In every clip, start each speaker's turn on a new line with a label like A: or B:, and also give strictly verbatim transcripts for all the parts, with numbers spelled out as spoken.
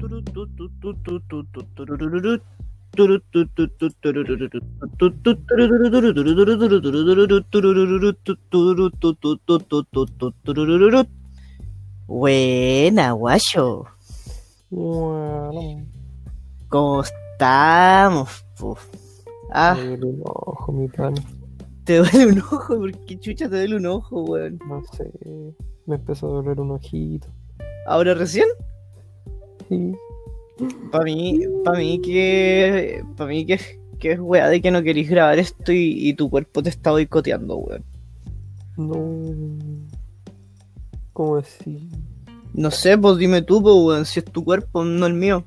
A: Buena, guayo.
B: Bueno,
A: ¿Cómo estamos? po? Ah,
B: me duele un ojo, mi pana.
A: ¿te duele un ojo? ¿Por qué chucha te duele un ojo, weón?
B: No sé, me empezó a doler un ojito.
A: ¿Ahora recién?
B: Sí.
A: Para mí, para mí que... Para mí que, que es weá de que no querís grabar esto y, y tu cuerpo te está boicoteando, weón.
B: No. ¿Cómo así?
A: No sé, pues dime tú, pues, weón, si es tu cuerpo, no el mío.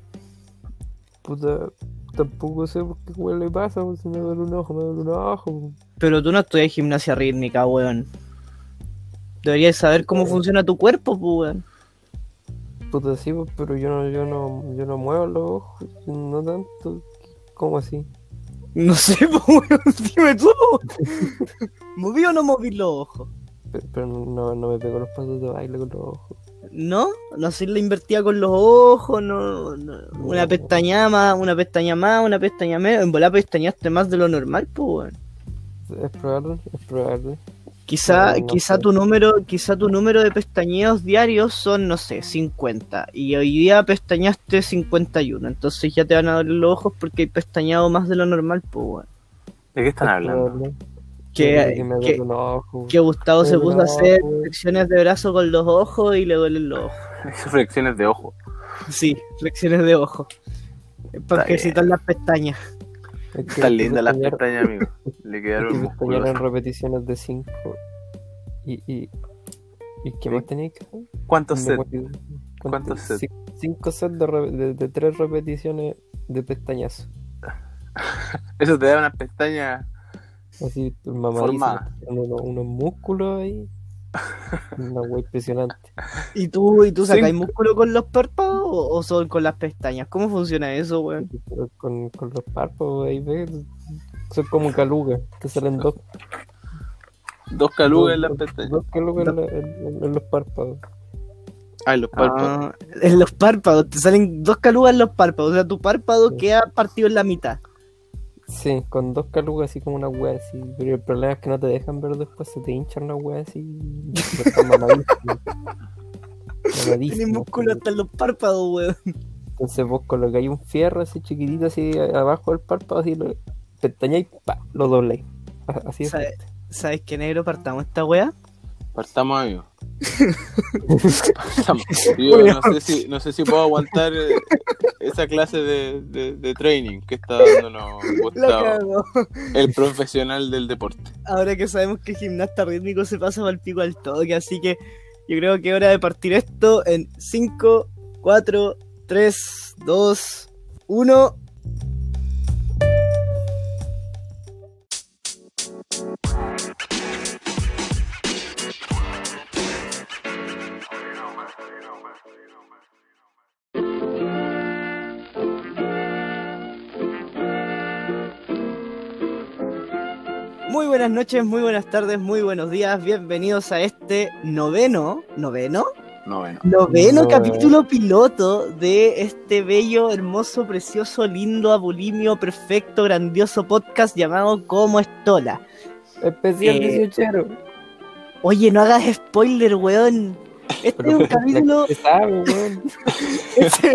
B: Puta, tampoco sé por qué weón le pasa, pues si me duele un ojo, me duele un ojo.
A: Pero tú no estudias gimnasia rítmica, weón. Deberías saber cómo funciona tu cuerpo, pues, weón.
B: Puta, sí, pues, pero yo no, yo no, yo no muevo los ojos, no tanto. ¿Cómo así?
A: No sé, pues, weón, dime tú. ¿Moví o no moví los ojos?
B: Pero, pero no, no me pego los pasos de baile con los ojos.
A: ¿No? No hacer la invertida con los ojos, no, no. Una
B: No.
A: pestaña más, una pestaña más, una pestaña menos. En volar pestañaste más de lo normal, pues, weón.
B: Es probable, es probable.
A: Quizá,
B: No, no
A: quizá
B: sé.
A: tu número, quizá tu número de pestañeos diarios son, no sé, cincuenta. Y hoy día pestañaste cincuenta y uno. Entonces ya te van a doler los ojos porque hay pestañado más de lo normal, pues, weón.
C: ¿De qué están
B: Es
C: hablando?
B: probable.
A: Que,
B: De que me
A: que,
B: duele un ojo.
A: que Gustavo
B: Me
A: se
B: duele
A: puso
B: un
A: a hacer
B: ojo.
A: flexiones de brazo con los ojos y le duelen los ojos.
C: Esas flexiones de ojo.
A: Sí, flexiones de ojos. Para
C: Está
A: ejercitar
C: bien.
A: las pestañas.
B: Es que
C: Están
B: hay que
C: lindas las
B: pestañear-
C: pestañas, amigo. Le
B: hay
C: quedaron
B: que
C: musculos.
B: pestañear en repeticiones de cinco. Y, y, ¿y qué
C: Sí.
B: más tenéis que hacer?
C: ¿Cuántos sets?
B: ¿Cuántos
C: ¿Cuántos sets?
B: Cin- Cinco sets de, re- de, de tres repeticiones de pestañazo.
C: Eso te da una pestaña.
B: Así, mamadísimo.
C: Formada.
B: Unos, unos músculos ahí. Una wea impresionante.
A: ¿Y tú, y tú sacáis
C: Cinco.
A: músculo con los párpados o, o son con las pestañas? ¿Cómo funciona eso, weón?
B: Con, con los párpados ahí, ¿ves? Son como calugas. Te salen dos.
C: Dos calugas en
B: dos-
C: las pestañas.
B: Dos calugas en, la- en- en- en los párpados.
C: Ah, en los párpados.
A: Ah, en los párpados, te salen dos calugas en los párpados, o sea, tu párpado
B: Sí.
A: queda partido en la mitad.
B: Sí, con dos calugas así como una wea así. Pero el problema es que no te dejan ver después, se te hinchan una wea así. Y están mamadísimos.
A: Tienes
B: Mamadísimos,
A: músculo
B: así.
A: hasta en los párpados, weón.
B: Entonces vos colocáis un fierro así chiquitito así abajo del párpado, así lo pestañáis, pa, lo dobláis. A- Así es.
A: ¿Sabes, ¿Sabes qué, negro? Partamos esta weá.
C: Partamos, amigo. Partamos. Yo no sé si, no sé si puedo aguantar eh, esa clase de, de, de training que está dándonos
A: La
C: Gustavo,
A: cago.
C: el profesional del deporte.
A: Ahora que sabemos que el gimnasta rítmico se pasa para el pico al toque, así que yo creo que es hora de partir esto en cinco, cuatro, tres, dos, uno. Muy buenas noches, muy buenas tardes, muy buenos días. Bienvenidos a este noveno, noveno,
C: No, bueno.
A: noveno
B: No,
A: capítulo piloto de este bello, hermoso, precioso, lindo, abulimio, perfecto, grandioso podcast llamado Como Estola.
B: Especial
A: Eh,
B: dieciochero.
A: Oye, no hagas spoiler, weón. Este es un capítulo.
B: Se sabe, weón.
A: Este,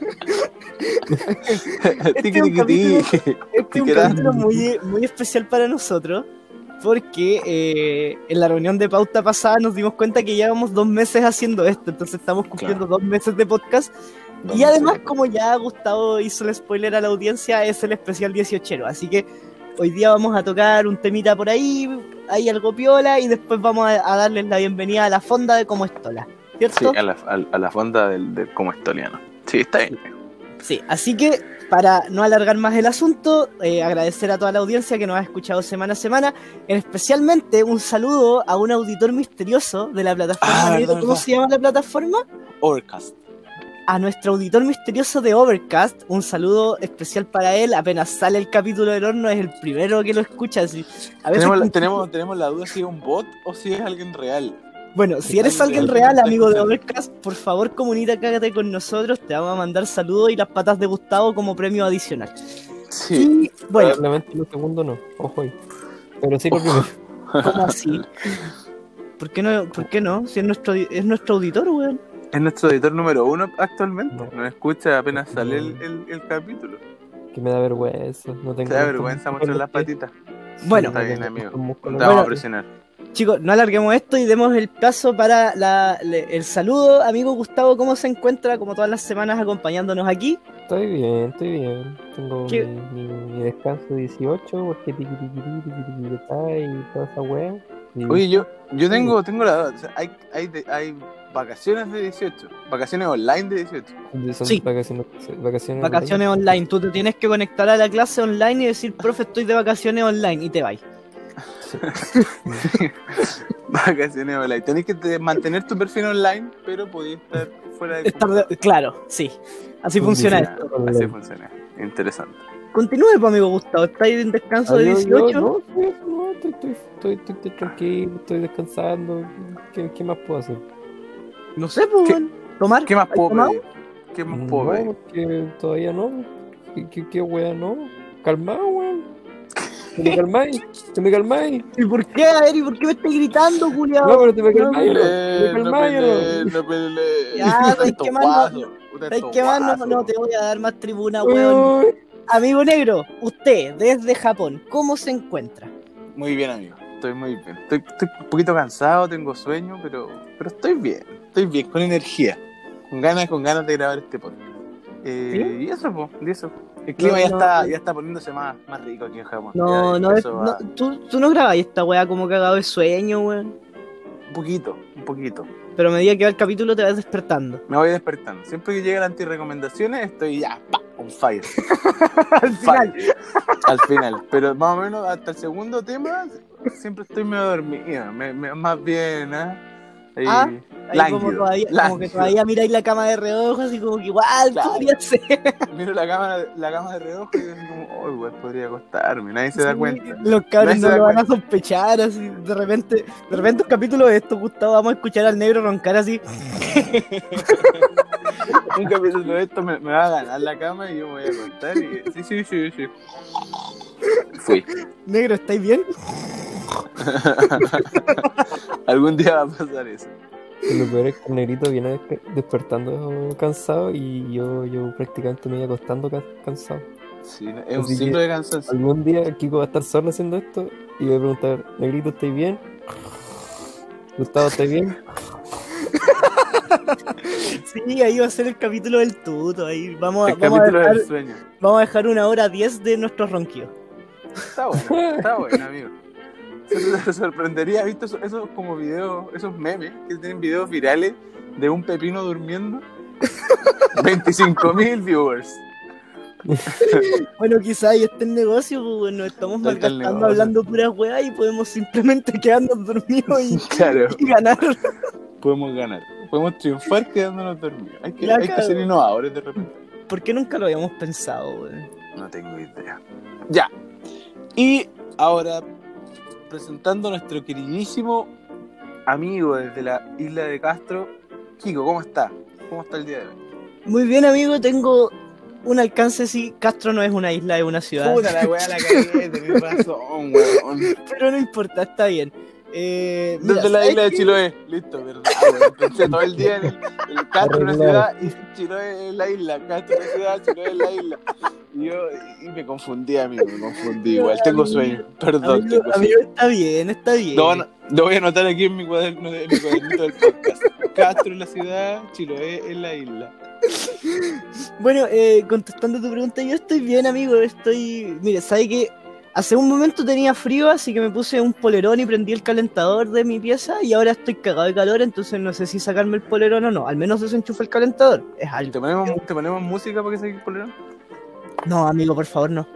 A: este es un capítulo, este es un capítulo muy, muy especial para nosotros. Porque eh, en la reunión de pauta pasada nos dimos cuenta que llevamos dos meses haciendo esto. Entonces estamos cumpliendo
C: Claro.
A: dos meses de podcast.
C: Dos
A: Y además,
C: meses.
A: como ya Gustavo hizo el spoiler a la audiencia, es el especial dieciochero. Así que hoy día vamos a tocar un temita por ahí, hay algo piola, y después vamos a, a darles la bienvenida a la fonda de Como Estola,
C: Sí,
A: ¿cierto?
C: a la, a, a la fonda del, del como estoliano. Sí, está bien.
A: Sí, así que para no alargar más el asunto, eh, agradecer a toda la audiencia que nos ha escuchado semana a semana, especialmente un saludo a un auditor misterioso de la plataforma.
C: Ah,
A: Negro,
C: verdad,
A: ¿cómo
C: verdad.
A: se llama la plataforma?
C: Overcast.
A: A nuestro auditor misterioso de Overcast, un saludo especial para él. Apenas sale el capítulo del horno, es el primero que lo escucha. Así. A veces
C: Tenemos la,
A: con-
C: tenemos, tenemos la duda si es un bot o si es alguien real.
A: Bueno, si eres alguien real, amigo de Overcast, por favor comunícate con nosotros, te vamos a mandar saludos y las patas de Gustavo como premio adicional.
C: Sí.
A: Y, bueno,
B: probablemente lo segundo no, ojo ahí. Pero sí lo primero.
A: ¿cómo así? ¿Por qué no? ¿Por qué no? Si es nuestro, es nuestro auditor, weón.
C: Es nuestro editor número uno actualmente.
B: No.
C: Nos escucha apenas sale el, el, el capítulo.
B: Que me da vergüenza. No tengo
C: Te da vergüenza mostrar las
B: músculos que-
C: patitas.
A: Bueno.
C: Está bien,
B: no
C: amigo.
B: tengo músculos
C: Te vamos a
A: Bueno.
C: presionar.
A: Chicos, no alarguemos esto y demos el paso para la, le- el saludo. Amigo Gustavo, ¿cómo se encuentra? Como todas las semanas acompañándonos aquí.
B: Estoy bien, estoy bien. Tengo
A: ¿Qué?
B: mi, mi, mi descanso dieciocho, porque tiquitiquiri, tiquitiquitá y toda esa wea. Y-
C: Oye, yo, yo tengo, tengo la duda. O sea, hay, hay, de- hay vacaciones de dieciocho. Vacaciones online de dieciocho.
B: son
A: Sí.
B: vacaciones, vacaciones,
A: Vacaciones online. Tú te tienes que conectar a la clase online y decir, profe, estoy de vacaciones online y te vais.
C: Vacaciones online. Tenés que te- mantener tu perfil online, pero podías estar fuera de.
A: Estar de- Claro, sí. Así funciona esto.
C: Así funciona. Interesante.
A: Continúe, pues, amigo Gustavo. ¿Estáis en descanso
B: Ah,
A: de
B: yo- yo-
A: dieciocho?
B: no, sí, no, estoy, estoy, estoy, estoy- estoy tranquilo, estoy descansando. ¿Qué, qué más puedo hacer?
A: No sé, pues,
C: ¿Qué-
A: weón. ¿Tomar?
C: ¿Qué más
A: ¿Has
C: puedo
A: tomado?
C: pedir? ¿Qué más puedo
B: No,
C: pedir?
B: porque todavía no. ¿Qué, qué, qué wea no? Calmado, weón. ¿Te me calmáis? ¿Te me calmáis?
A: ¿Y por qué? A ver, ¿y por qué me estás gritando, culiao?
B: No, pero te me
A: No,
B: calmáis.
C: No
B: ¿Te
C: peleé,
B: me
C: no
B: calmáis o
C: peleé,
B: no?
C: no peleé.
A: Ya, ¿sabes
C: Tanto
A: qué más?
C: guaso,
A: ¿Sabes
C: tanto
A: qué más? No,
C: guaso.
A: no te voy a dar más tribuna, weón.
B: Uy,
A: Amigo negro, usted, desde Japón, ¿cómo se encuentra?
C: Muy bien, amigo. Estoy muy bien. Estoy, estoy un poquito cansado, tengo sueño, pero, pero estoy bien. Estoy bien, con energía. Con ganas, con ganas de grabar este podcast. Eh, Y eso, pues, y eso. El clima
A: No,
C: ya,
A: no,
C: está,
A: no.
C: ya está poniéndose más, más rico aquí en Japón.
A: No,
C: Ya
A: no, es-
C: empezó
A: no
C: a-
A: tú, tú no grabas esta weá como cagado de sueño, weón.
C: Un poquito, un poquito.
A: Pero a medida que va el capítulo te vas despertando.
C: Me voy despertando. Siempre que llegan las antirecomendaciones, estoy ya, pa, on fire.
A: Al final.
C: Fire. Al final. Pero más o menos hasta el segundo tema, siempre estoy medio dormido. Me, me- más bien, ¿ah? Ahí,
A: Ah, Ahí como,
C: lánguido,
A: todavía, como que
C: lánguido.
A: todavía miráis la cama de reojo, así como que igual
C: Claro.
A: podría ser.
C: Miro la cama, la cama de reojo y digo así como, oh, igual podría acostarme. Nadie se da
A: Sí,
C: cuenta.
A: Los cabros
C: Nadie se
A: no
C: da
A: lo van a
C: cuenta.
A: sospechar, así, de repente, de repente un capítulo de esto, Gustavo, vamos a escuchar al negro roncar así.
C: Un capítulo de esto me, me va a ganar la cama y yo me voy a acostar y sí, sí, sí, sí. Fui.
A: Negro, ¿estáis bien?
C: Algún día va a pasar eso.
B: lo peor es que el negrito viene despe- despertando cansado y yo, yo prácticamente me iba acostando ca- cansado.
C: Sí, es un
B: Así
C: ciclo
B: que-
C: de cansancio.
B: Algún día Kiko va a estar solo haciendo esto y voy a preguntar, negrito, ¿estáis bien? Gustavo, ¿estáis bien?
A: Sí, ahí va a ser el capítulo del tuto, ahí vamos a,
C: El
A: vamos a,
C: capítulo
A: dejar,
C: del sueño.
A: vamos a dejar una hora diez de nuestros ronquidos.
C: Está bueno, está bueno, amigo. Se te sorprendería, ¿has visto esos, esos como videos, esos memes que tienen videos virales de un pepino durmiendo? veinticinco mil viewers.
A: Bueno, quizá ahí está el negocio, pues bueno, nos estamos
C: Ahí está el
A: malgastando
C: negocio.
A: hablando puras weas y podemos simplemente quedarnos dormidos y,
C: Claro,
A: y ganar.
C: podemos ganar. Podemos triunfar quedándonos dormidos. Hay que,
A: La
C: hay que
A: cago.
C: ser innovadores de repente.
A: ¿Por qué nunca lo habíamos pensado, weón?
C: No tengo idea. Ya. Y ahora, presentando a nuestro queridísimo amigo desde la isla de Castro, Kiko, ¿cómo está? ¿Cómo está el día de hoy?
A: Muy bien, amigo, tengo un alcance, sí. Castro no es una isla, es una ciudad.
C: Puta la weá, la cagué, tenés razón, weón.
A: Pero no importa, está bien. Eh, mira,
C: Desde la
A: ¿sabes
C: isla de
A: qué?
C: Chiloé, listo, verdad, weón. Pensé todo el día en el, el Castro en la ciudad y Chiloé en la isla, Castro en la ciudad, Chiloé en la isla. Y yo y me confundí, amigo, me confundí igual, tengo sueño, perdón,
A: Amigo,
C: tengo
A: amigo,
C: sueño.
A: está bien, está bien.
C: Lo, van a- lo voy a anotar aquí en mi cuaderno, de, en mi cuadernito del podcast. Castro en la ciudad, Chiloé en la isla.
A: Bueno, eh, contestando tu pregunta, yo estoy bien, amigo. Estoy. Mire, ¿sabe que hace un momento tenía frío, así que me puse un polerón y prendí el calentador de mi pieza y ahora estoy cagado de calor, entonces no sé si sacarme el polerón o no. Al menos desenchufa el calentador. Es algo.
C: ¿Te ponemos, ¿Te ponemos música para que se polerón?
A: No, amigo, por favor, no.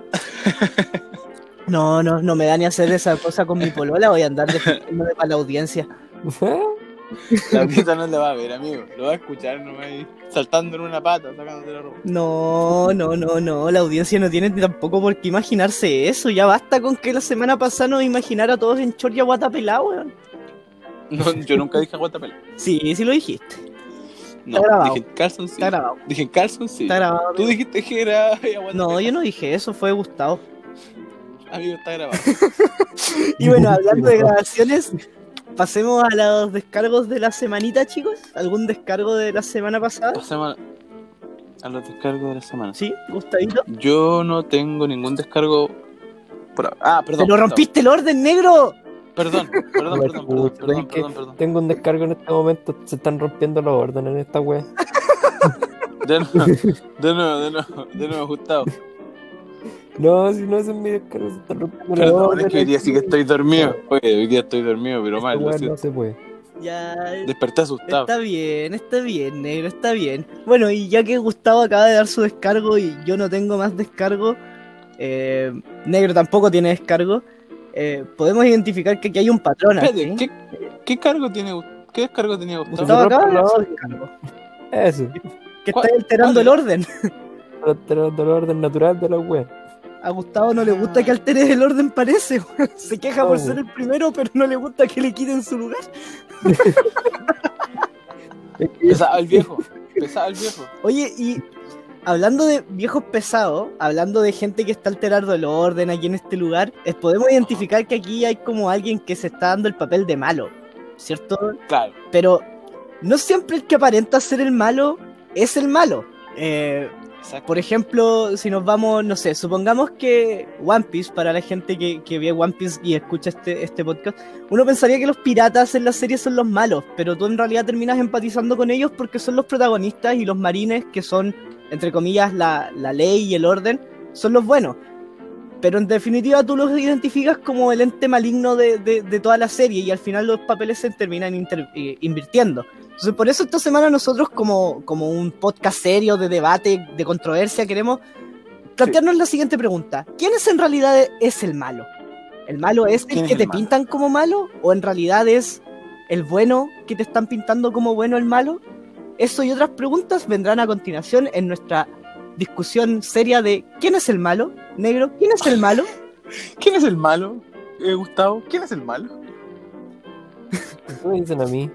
A: No, no, no me da ni hacer esa cosa con mi polola. Voy a andar defendiéndome para la audiencia.
C: La audiencia no le va a ver, amigo. Lo va a escuchar nomás ahí, saltando en una pata, sacándote la ropa.
A: No, no, no, no. La audiencia no tiene tampoco por qué imaginarse eso. Ya basta con que la semana pasada nos imaginara a todos en short y a guata pelada, weón.
C: No, yo nunca dije aguanta pelado.
A: Sí, sí lo dijiste.
C: No,
A: Está grabado.
C: dije Carlson sí.
A: Está grabado.
C: Dije Carlson sí.
A: Está grabado.
C: Tú dijiste que era ay, aguanta
A: No,
C: pelado.
A: yo no dije eso, fue Gustavo.
C: Amigo, está grabado.
A: Y bueno, hablando de grabaciones, pasemos a los descargos de la semanita, chicos. ¿Algún descargo de la semana pasada?
C: Pasemos a, a los descargos de la semana.
A: Sí, Gustavito.
C: Yo no tengo ningún descargo. Por... Ah, perdón.
A: ¡Te lo rompiste el orden, negro!
C: Perdón, perdón, perdón, perdón, perdón,
B: ¿Sabes
C: perdón,
B: qué?
C: perdón, perdón.
B: Tengo un descargo en este momento, se están rompiendo los órdenes en esta wea.
C: De nuevo, de nuevo, de nuevo, de nuevo, Gustavo.
B: No, si no ese es mi descargo, se están rompiendo los
C: Perdón,
B: órdenes.
C: es que hoy día sí que estoy dormido. Oye, hoy día estoy dormido, pero
B: Esta
C: mal, lo
B: wea no
C: siento.
B: se puede.
A: Ya.
C: Desperté asustado.
A: Está bien, está bien, negro, está bien. Bueno, y ya que Gustavo acaba de dar su descargo y yo no tengo más descargo, eh, negro tampoco tiene descargo, eh, podemos identificar que aquí hay un patrón.
C: Espérate,
A: ¿sí?
C: ¿qué, ¿qué cargo tiene Gu- ¿Qué descargo tenía Gustavo?
A: Gustavo acaba de dar su
B: rompe
A: descargo.
B: Eso,
A: Que
C: ¿Cuál-
A: está alterando
C: cuál?
A: el orden.
B: alterando el orden natural de la wea.
A: A Gustavo no le gusta que alteres el orden, parece. Se queja por
B: No.
A: ser el primero, pero no le gusta que le quiten su lugar.
C: Pesaba el viejo, pesaba el viejo.
A: Oye, y hablando de viejos pesados, hablando de gente que está alterando el orden aquí en este lugar, eh, podemos identificar que aquí hay como alguien que se está dando el papel de malo, ¿cierto?
C: Claro.
A: Pero no siempre el que aparenta ser el malo es el malo. Eh,
C: Exacto.
A: por ejemplo, si nos vamos, no sé, supongamos que One Piece, para la gente que, que ve One Piece y escucha este, este podcast, uno pensaría que los piratas en la serie son los malos, pero tú en realidad terminas empatizando con ellos porque son los protagonistas y los marines, que son, entre comillas, la, la ley y el orden, son los buenos. Pero en definitiva tú los identificas como el ente maligno de, de, de toda la serie y al final los papeles se terminan inter, eh, invirtiendo. Entonces por eso esta semana nosotros como, como un podcast serio de debate, de controversia, queremos plantearnos la siguiente pregunta. ¿Quién es en realidad es el malo? ¿El malo es el
C: ¿Quién es
A: que
C: el
A: te
C: malo?
A: pintan como malo? ¿O en realidad es el bueno que te están pintando como bueno el malo? Eso y otras preguntas vendrán a continuación en nuestra discusión seria de ¿quién es el malo? Negro, ¿quién es el malo?
C: ¿Quién es el malo, eh, Gustavo? ¿Quién es el malo?
B: ¿Qué me dicen a mí?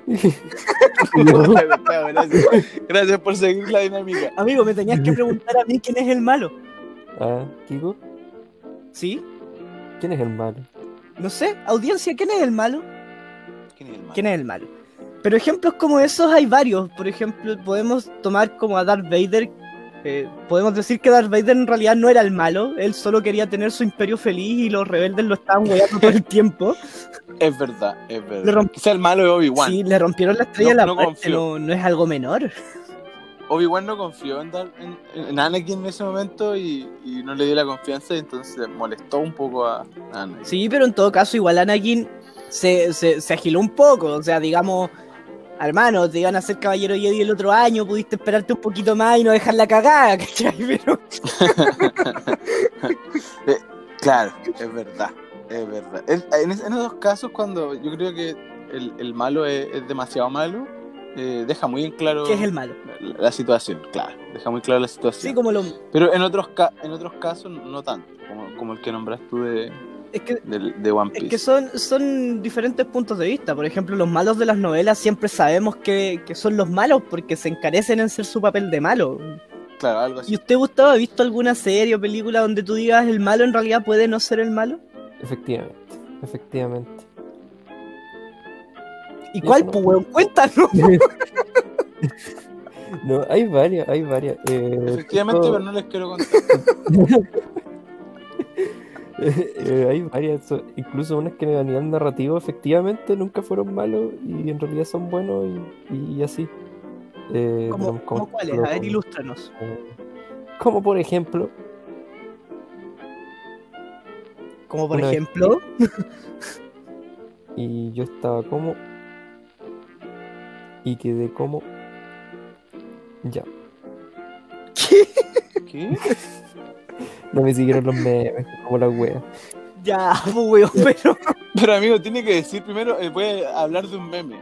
C: Gustavo, gracias. Gracias por seguir la dinámica.
A: Amigo, me tenías que preguntar a mí quién es el malo.
B: Ah, Kiko,
A: ¿Sí?
B: ¿quién es el malo?
A: No sé, audiencia, ¿quién es el malo?
C: ¿Quién es el malo?
A: ¿Quién es el malo? Pero ejemplos como esos hay varios. Por ejemplo, podemos tomar como a Darth Vader. Eh, podemos decir que Darth Vader en realidad no era el malo. Él solo quería tener su imperio feliz y los rebeldes lo estaban hueando todo el tiempo.
C: Es verdad, es
A: Le
C: verdad.
A: romp-
C: Quizá el malo es Obi-Wan.
A: Sí, le rompieron la estrella
C: No-
A: a la
C: no
A: muerte,
C: confío.
A: no, no es algo menor.
C: Obi-Wan no confió en, Dar- en, en Anakin en ese momento y, y no le dio la confianza y entonces molestó un poco a, a Anakin.
A: Sí, pero en todo caso igual Anakin se, se, se agiló un poco. O sea, digamos, hermano, te iban a hacer caballero Jedi el otro año, pudiste esperarte un poquito más y no dejar la cagada, ¿cachai? Pero...
C: Eh, claro, es verdad, es verdad. Es- en, es- en esos dos casos, cuando yo creo que el, el malo es, es demasiado malo, eh, deja muy en claro
A: ¿Qué es el malo?
C: la, la situación, claro, deja muy claro la situación.
A: Sí, como lo...
C: Pero en otros ca- en otros casos no tanto, como, como el que nombras tú de,
A: Es que,
C: de, de One
A: es
C: Piece.
A: que son, son diferentes puntos de vista. Por ejemplo, los malos de las novelas siempre sabemos que, que son los malos porque se encarecen en ser su papel de malo.
C: Claro, algo así.
A: ¿Y usted, Gustavo, ha visto alguna serie o película donde tú digas el malo en realidad puede no ser el malo?
B: Efectivamente, efectivamente.
A: ¿Y
B: ¿Y
A: cuál,
B: eso no?
A: pues, weón? Cuéntanos.
B: No, hay varias, hay varias. Eh,
C: Efectivamente,
B: todo-
C: pero no les quiero contar.
B: Eh, hay varias, so- incluso unas que a nivel narrativo efectivamente nunca fueron malos y en realidad son buenos y, y así. Eh,
A: ¿Cómo,
B: tenemos
A: cómo
B: como-
A: cuáles? A ver, ilústranos.
B: Como por ejemplo,
A: Como por
B: Una vez
A: ejemplo...
B: y yo estaba como y quedé como ya.
A: ¿Qué?
C: ¿Qué?
B: No me siguieron los memes, como la wea.
A: Ya, pues, weón, pero...
C: Pero amigo, tiene que decir primero, eh, voy a hablar de un meme.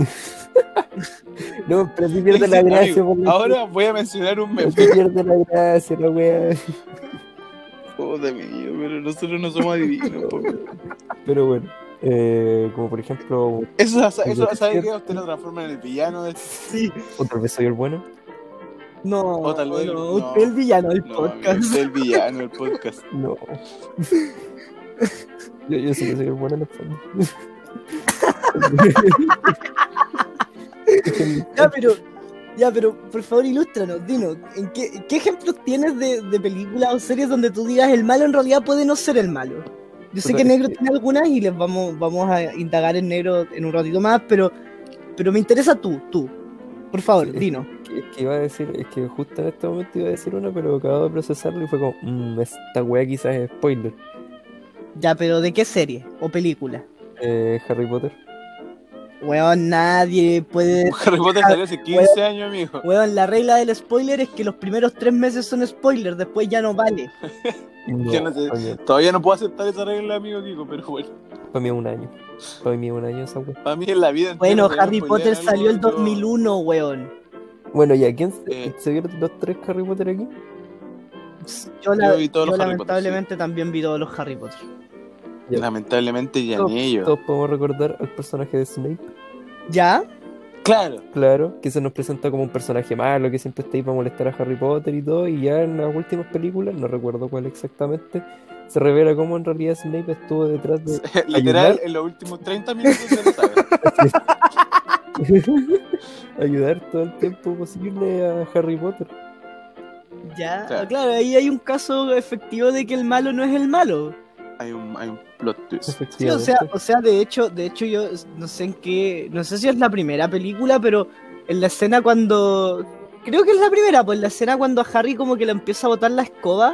B: No, pero si pierde la
C: Amigo,
B: gracia. por la-
C: ahora voy a mencionar un meme.
B: Si pierde la gracia, la wea.
C: Joder, mío, pero nosotros no somos adivinos. po.
B: Pero bueno, Eh, como por ejemplo,
C: Eso, eso
B: el
C: ¿sabe
B: Joker,
C: qué? Usted lo transforma en el villano del...
A: Sí.
B: o tal vez soy el bueno.
A: No,
C: O tal vez...
A: no,
C: no,
A: usted el villano del
C: no, amigo,
A: podcast.
C: usted el villano del podcast.
B: No. Yo, yo sí que soy el bueno en el fondo.
A: Ya, pero, ya, pero por favor ilústranos, dinos, ¿en qué, qué ejemplos tienes de, de películas o series donde tú digas el malo en realidad puede no ser el malo? Yo sé
B: O sea,
A: que
B: es
A: Negro
B: que-
A: tiene algunas y les vamos, vamos a indagar en Negro en un ratito más, pero, pero me interesa tú, tú. Por favor,
B: Sí.
A: dinos.
B: Es que iba a decir, es que justo en este momento iba a decir una, pero acabo de procesarlo y fue como, mmm, esta wea quizás es spoiler.
A: Ya, pero ¿de qué serie o película?
B: Eh, Harry Potter.
A: Weón, nadie puede...
C: Harry Potter salió hace quince años, amigo.
A: Weón, la regla del spoiler es que los primeros tres meses son spoilers, después ya no vale.
B: No,
C: Yo no sé.
B: para mí,
C: Todavía no puedo aceptar esa regla, amigo Kiko, pero bueno.
B: para mí es un año. Para mí es un año esa wea.
C: Para mí en la vida entera,
A: Bueno,
C: si me
A: Harry
C: spoilean
A: Potter
C: algo,
A: salió el
C: yo-
A: dos mil uno, weón.
B: Bueno, ¿y a quién se,
C: Eh.
B: se vieron los tres Harry Potter aquí?
A: Yo, la-
C: Yo vi todos
A: yo
C: los Harry Potter,
A: lamentablemente también vi todos los Harry Potter.
B: Ya.
C: Lamentablemente ya
B: Todos,
C: ni ellos.
B: todos podemos recordar al personaje de Snape.
A: ¿Ya?
C: Claro.
B: Claro, que se nos presenta como un personaje malo que siempre está ahí para molestar a Harry Potter y todo, y ya en las últimas películas, no recuerdo cuál exactamente, se revela cómo en realidad Snape estuvo detrás de
C: Literal,
B: ayudar.
C: en los últimos treinta minutos de la saga.
B: ayudar todo el tiempo posible a Harry Potter.
A: Ya,
C: Claro.
A: claro, ahí hay un caso efectivo de que el malo no es el malo.
C: Hay un, hay un plot twist.
A: Sí, o
B: Efectivamente.
A: sea, o sea, de hecho, de hecho yo no sé en qué, no sé si es la primera película, pero en la escena cuando, creo que es la primera, pues la escena cuando a Harry como que le empieza a botar la escoba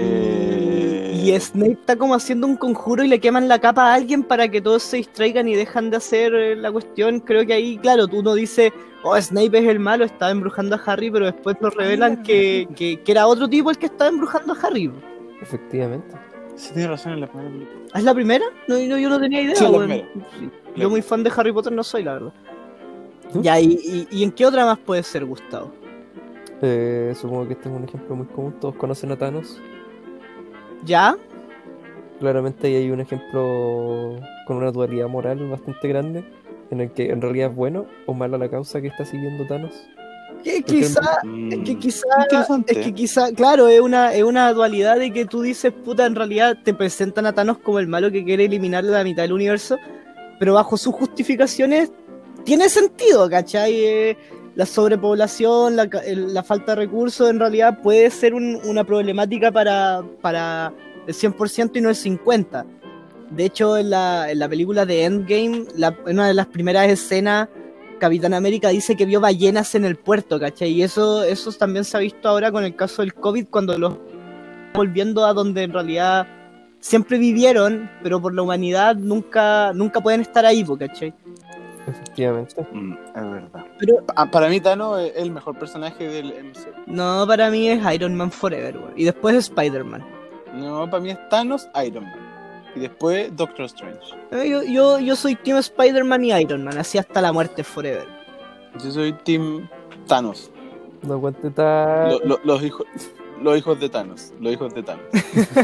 C: Eh,
A: y Snape está como haciendo un conjuro y le queman la capa a alguien para que todos se distraigan y dejan de hacer eh, la cuestión. Creo que ahí, claro, tú no dices, oh, Snape es el malo, estaba embrujando a Harry, pero después nos revelan que, que, que era otro tipo el que estaba embrujando a Harry.
B: Efectivamente.
C: Sí, tienes razón en la primera película.
A: ¿Ah, ¿es la primera? No, no, yo no tenía idea,
C: Sí, la
A: weón.
C: primera.
A: Sí. Yo muy fan de Harry Potter no soy, la verdad.
B: ¿Mm?
A: Ya, ¿y, y, y en qué otra más puede ser, Gustavo?
B: Eh, supongo que este es un ejemplo muy común. Todos conocen a Thanos.
A: ¿Ya?
B: Claramente ahí hay un ejemplo con una dualidad moral bastante grande, en el que en realidad es bueno o mala la causa que está siguiendo Thanos.
A: Que
B: Porque
A: quizá,
C: Mm,
A: es que quizá,
C: interesante.
A: es que quizá, claro, es una, es una dualidad de que tú dices, puta, en realidad te presentan a Thanos como el malo que quiere eliminar la mitad del universo, pero bajo sus justificaciones tiene sentido, ¿cachai? Eh, la sobrepoblación, la, ca- el- la falta de recursos, en realidad puede ser un- una problemática para, para el cien por ciento y no el cincuenta por ciento. De hecho, en la, en la película de Endgame, la, en una de las primeras escenas, Capitán América dice que vio ballenas en el puerto, ¿cachai? Y eso, eso también se ha visto ahora con el caso del COVID, cuando los volviendo a donde en realidad siempre vivieron, pero por la humanidad nunca, nunca pueden estar ahí, po, ¿cachai?
B: Efectivamente.
C: Mm, es verdad.
A: Pero
C: Ah, para mí Thanos es el mejor personaje del M C U.
A: no, para mí es Iron Man Forever, weón. Y después Spider-Man.
C: No, para mí es Thanos, Iron Man. Y después Doctor Strange.
A: Eh, Yo, yo, yo soy Team Spider-Man y Iron Man, así hasta la muerte Forever.
C: Yo soy Team Thanos.
B: No aguante tan...
C: Lo- lo- los, hijos, los hijos de Thanos. Los hijos de Thanos.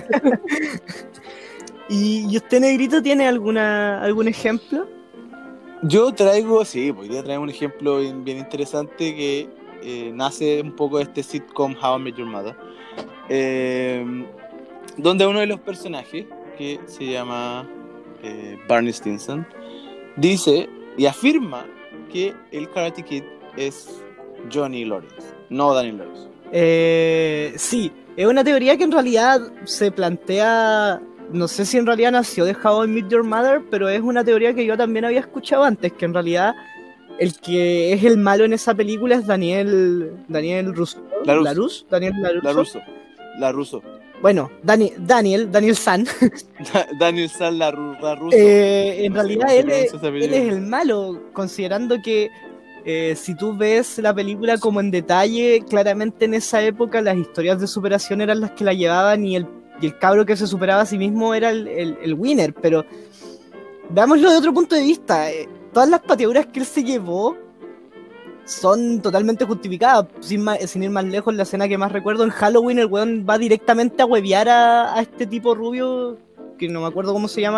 A: ¿Y, y usted, Negrito, tiene alguna algún ejemplo?
C: Yo traigo, sí, podría traer un ejemplo bien, bien interesante que eh, nace un poco de este sitcom How I Met Your Mother, eh, donde uno de los personajes, que se llama eh, Barney Stinson, dice y afirma que el Karate Kid es Johnny Lawrence, no Daniel Lawrence.
A: Eh, sí, es una teoría que en realidad se plantea, no sé si en realidad nació de How I Met Your Mother, pero es una teoría que yo también había escuchado antes, que en realidad el que es el malo en esa película es Daniel Daniel Russo.
C: Larusso.
A: Larus, Daniel Larusso.
C: La Russo, la Russo,
A: Bueno, Dani, Daniel, Daniel San.
C: Daniel San la, Ru- la Russo.
A: Eh, en
C: No sé
A: realidad
C: cómo se
A: él es,
C: pronuncia ese
A: él
C: apellido.
A: es el malo, considerando que eh, si tú ves la película como en detalle, claramente en esa época las historias de superación eran las que la llevaban y el, y el cabro que se superaba a sí mismo era el, el, el winner, pero veámoslo de otro punto de vista. eh, todas las pateaduras que él se llevó son totalmente justificadas, sin, ma- sin ir más lejos. La escena que más recuerdo en Halloween, el weón va directamente a huevear a, a este tipo rubio, que no me acuerdo cómo se llama,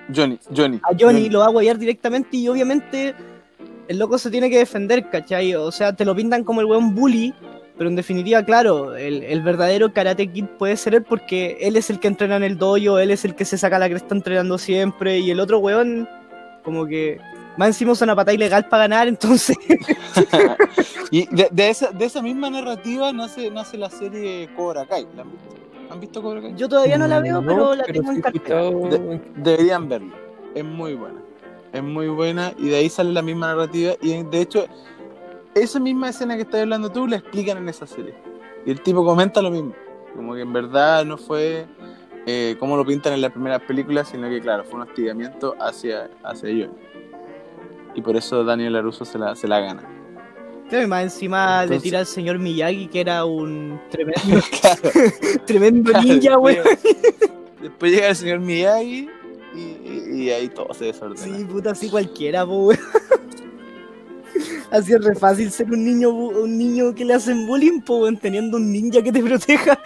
C: Johnny, Johnny.
A: a Johnny, lo va a guayar directamente y obviamente el loco se tiene que defender, ¿cachai? O sea, te lo pintan como el weón bully, pero en definitiva, claro, el, el verdadero Karate Kid puede ser él porque él es el que entrena en el dojo, él es el que se saca la cresta entrenando siempre y el otro weón como que más encima usa una patada ilegal para ganar, entonces...
C: Y de, de, esa, de esa misma narrativa nace, nace la serie Cobra Kai. ¿La han visto? ¿Han visto Cobra Kai?
A: Yo todavía no la veo,
B: No,
A: pero la
B: pero
A: tengo
B: sí
A: en
B: he
A: cartera.
B: escuchado-
C: De- deberían verlo. Es muy buena. Es muy buena y de ahí sale la misma narrativa. Y de hecho, esa misma escena que estás hablando tú la explican en esa serie. Y el tipo comenta lo mismo. Como que en verdad no fue eh, como lo pintan en las primeras películas, sino que, claro, fue un hostigamiento hacia, hacia ellos. Y por eso Daniel LaRusso se la, se la gana.
A: Claro, y más encima
C: Entonces-
A: le tira al señor Miyagi, que era un tremendo,
C: Claro.
A: tremendo
C: Claro,
A: ninja,
C: después-
A: weón.
C: Después llega el señor Miyagi y, y- y ahí todo se desordena.
A: Sí, puta, así cualquiera, po, weón. Así es re fácil ser un niño bu- un niño que le hacen bullying, po, weón, teniendo un ninja que te proteja.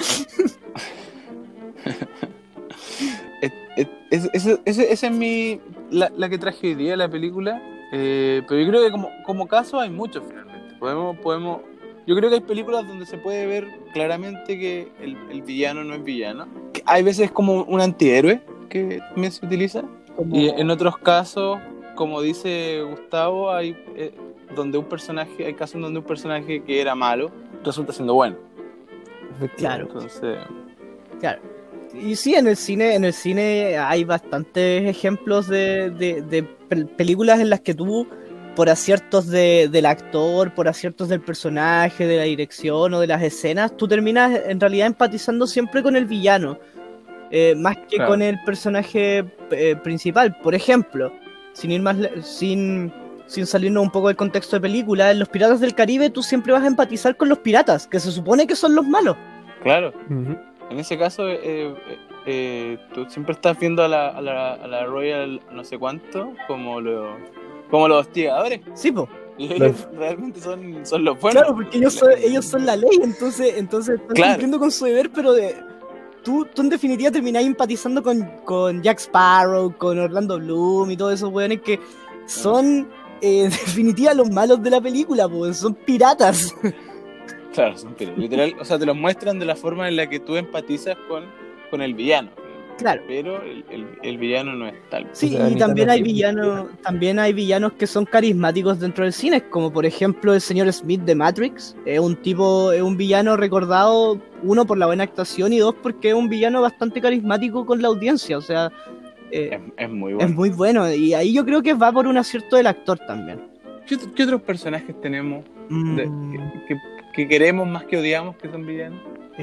C: Es- es- es- es- ese- Esa es mi la, la que traje hoy día, la película. Eh, pero yo creo que como, como caso hay muchos finalmente. Podemos, podemos. Yo creo que hay películas donde se puede ver claramente que el, el villano no es villano. Que hay veces como un antihéroe que también se utiliza.
A: Como-
C: Y en otros casos, como dice Gustavo, hay eh, donde un personaje, hay casos donde un personaje que era malo resulta siendo bueno.
A: Claro.
C: Entonces,
A: Claro. Y sí, en el cine, en el cine hay bastantes ejemplos de, de, de pel- películas en las que tú, por aciertos de, del actor, por aciertos del personaje, de la dirección o de las escenas, tú terminas en realidad empatizando siempre con el villano, eh, más que
C: Claro.
A: con el personaje eh, principal. Por ejemplo, sin ir más le- sin, sin salirnos un poco del contexto de película, en Los Piratas del Caribe tú siempre vas a empatizar con los piratas, que se supone que son los malos.
C: claro.
B: Ujú.
C: En ese caso, eh, eh, eh, tú siempre estás viendo a la, a, la, a la Royal no sé cuánto como, lo, como los hostigadores.
A: Sí, po.
C: Y
B: Claro.
C: ellos realmente son, son los buenos.
A: Claro, porque ellos son, ellos son la ley, entonces, entonces están
C: Claro.
A: cumpliendo con su deber, pero de, tú, tú en definitiva terminás empatizando con, con Jack Sparrow, con Orlando Bloom y todos esos weones que son eh, en definitiva los malos de la película, pues son piratas.
C: Claro, son piratas. Literal, o sea, te los muestran de la forma en la que tú empatizas con, con el villano.
A: Claro.
C: Pero el, el, el villano no es tal.
A: Sí,
B: O sea,
A: y
B: ni
A: también
B: tan
A: hay
B: así.
A: villanos, también hay villanos que son carismáticos dentro del cine, como por ejemplo el señor Smith de Matrix. Es un tipo, es un villano recordado, uno por la buena actuación y dos porque es un villano bastante carismático con la audiencia. O sea, eh,
C: Es, es muy bueno.
A: es muy bueno. Y ahí yo creo que va por un acierto del actor también.
C: ¿Qué, qué otros personajes tenemos de-
A: Mm,
C: que, que- que queremos más que odiamos que son villanos?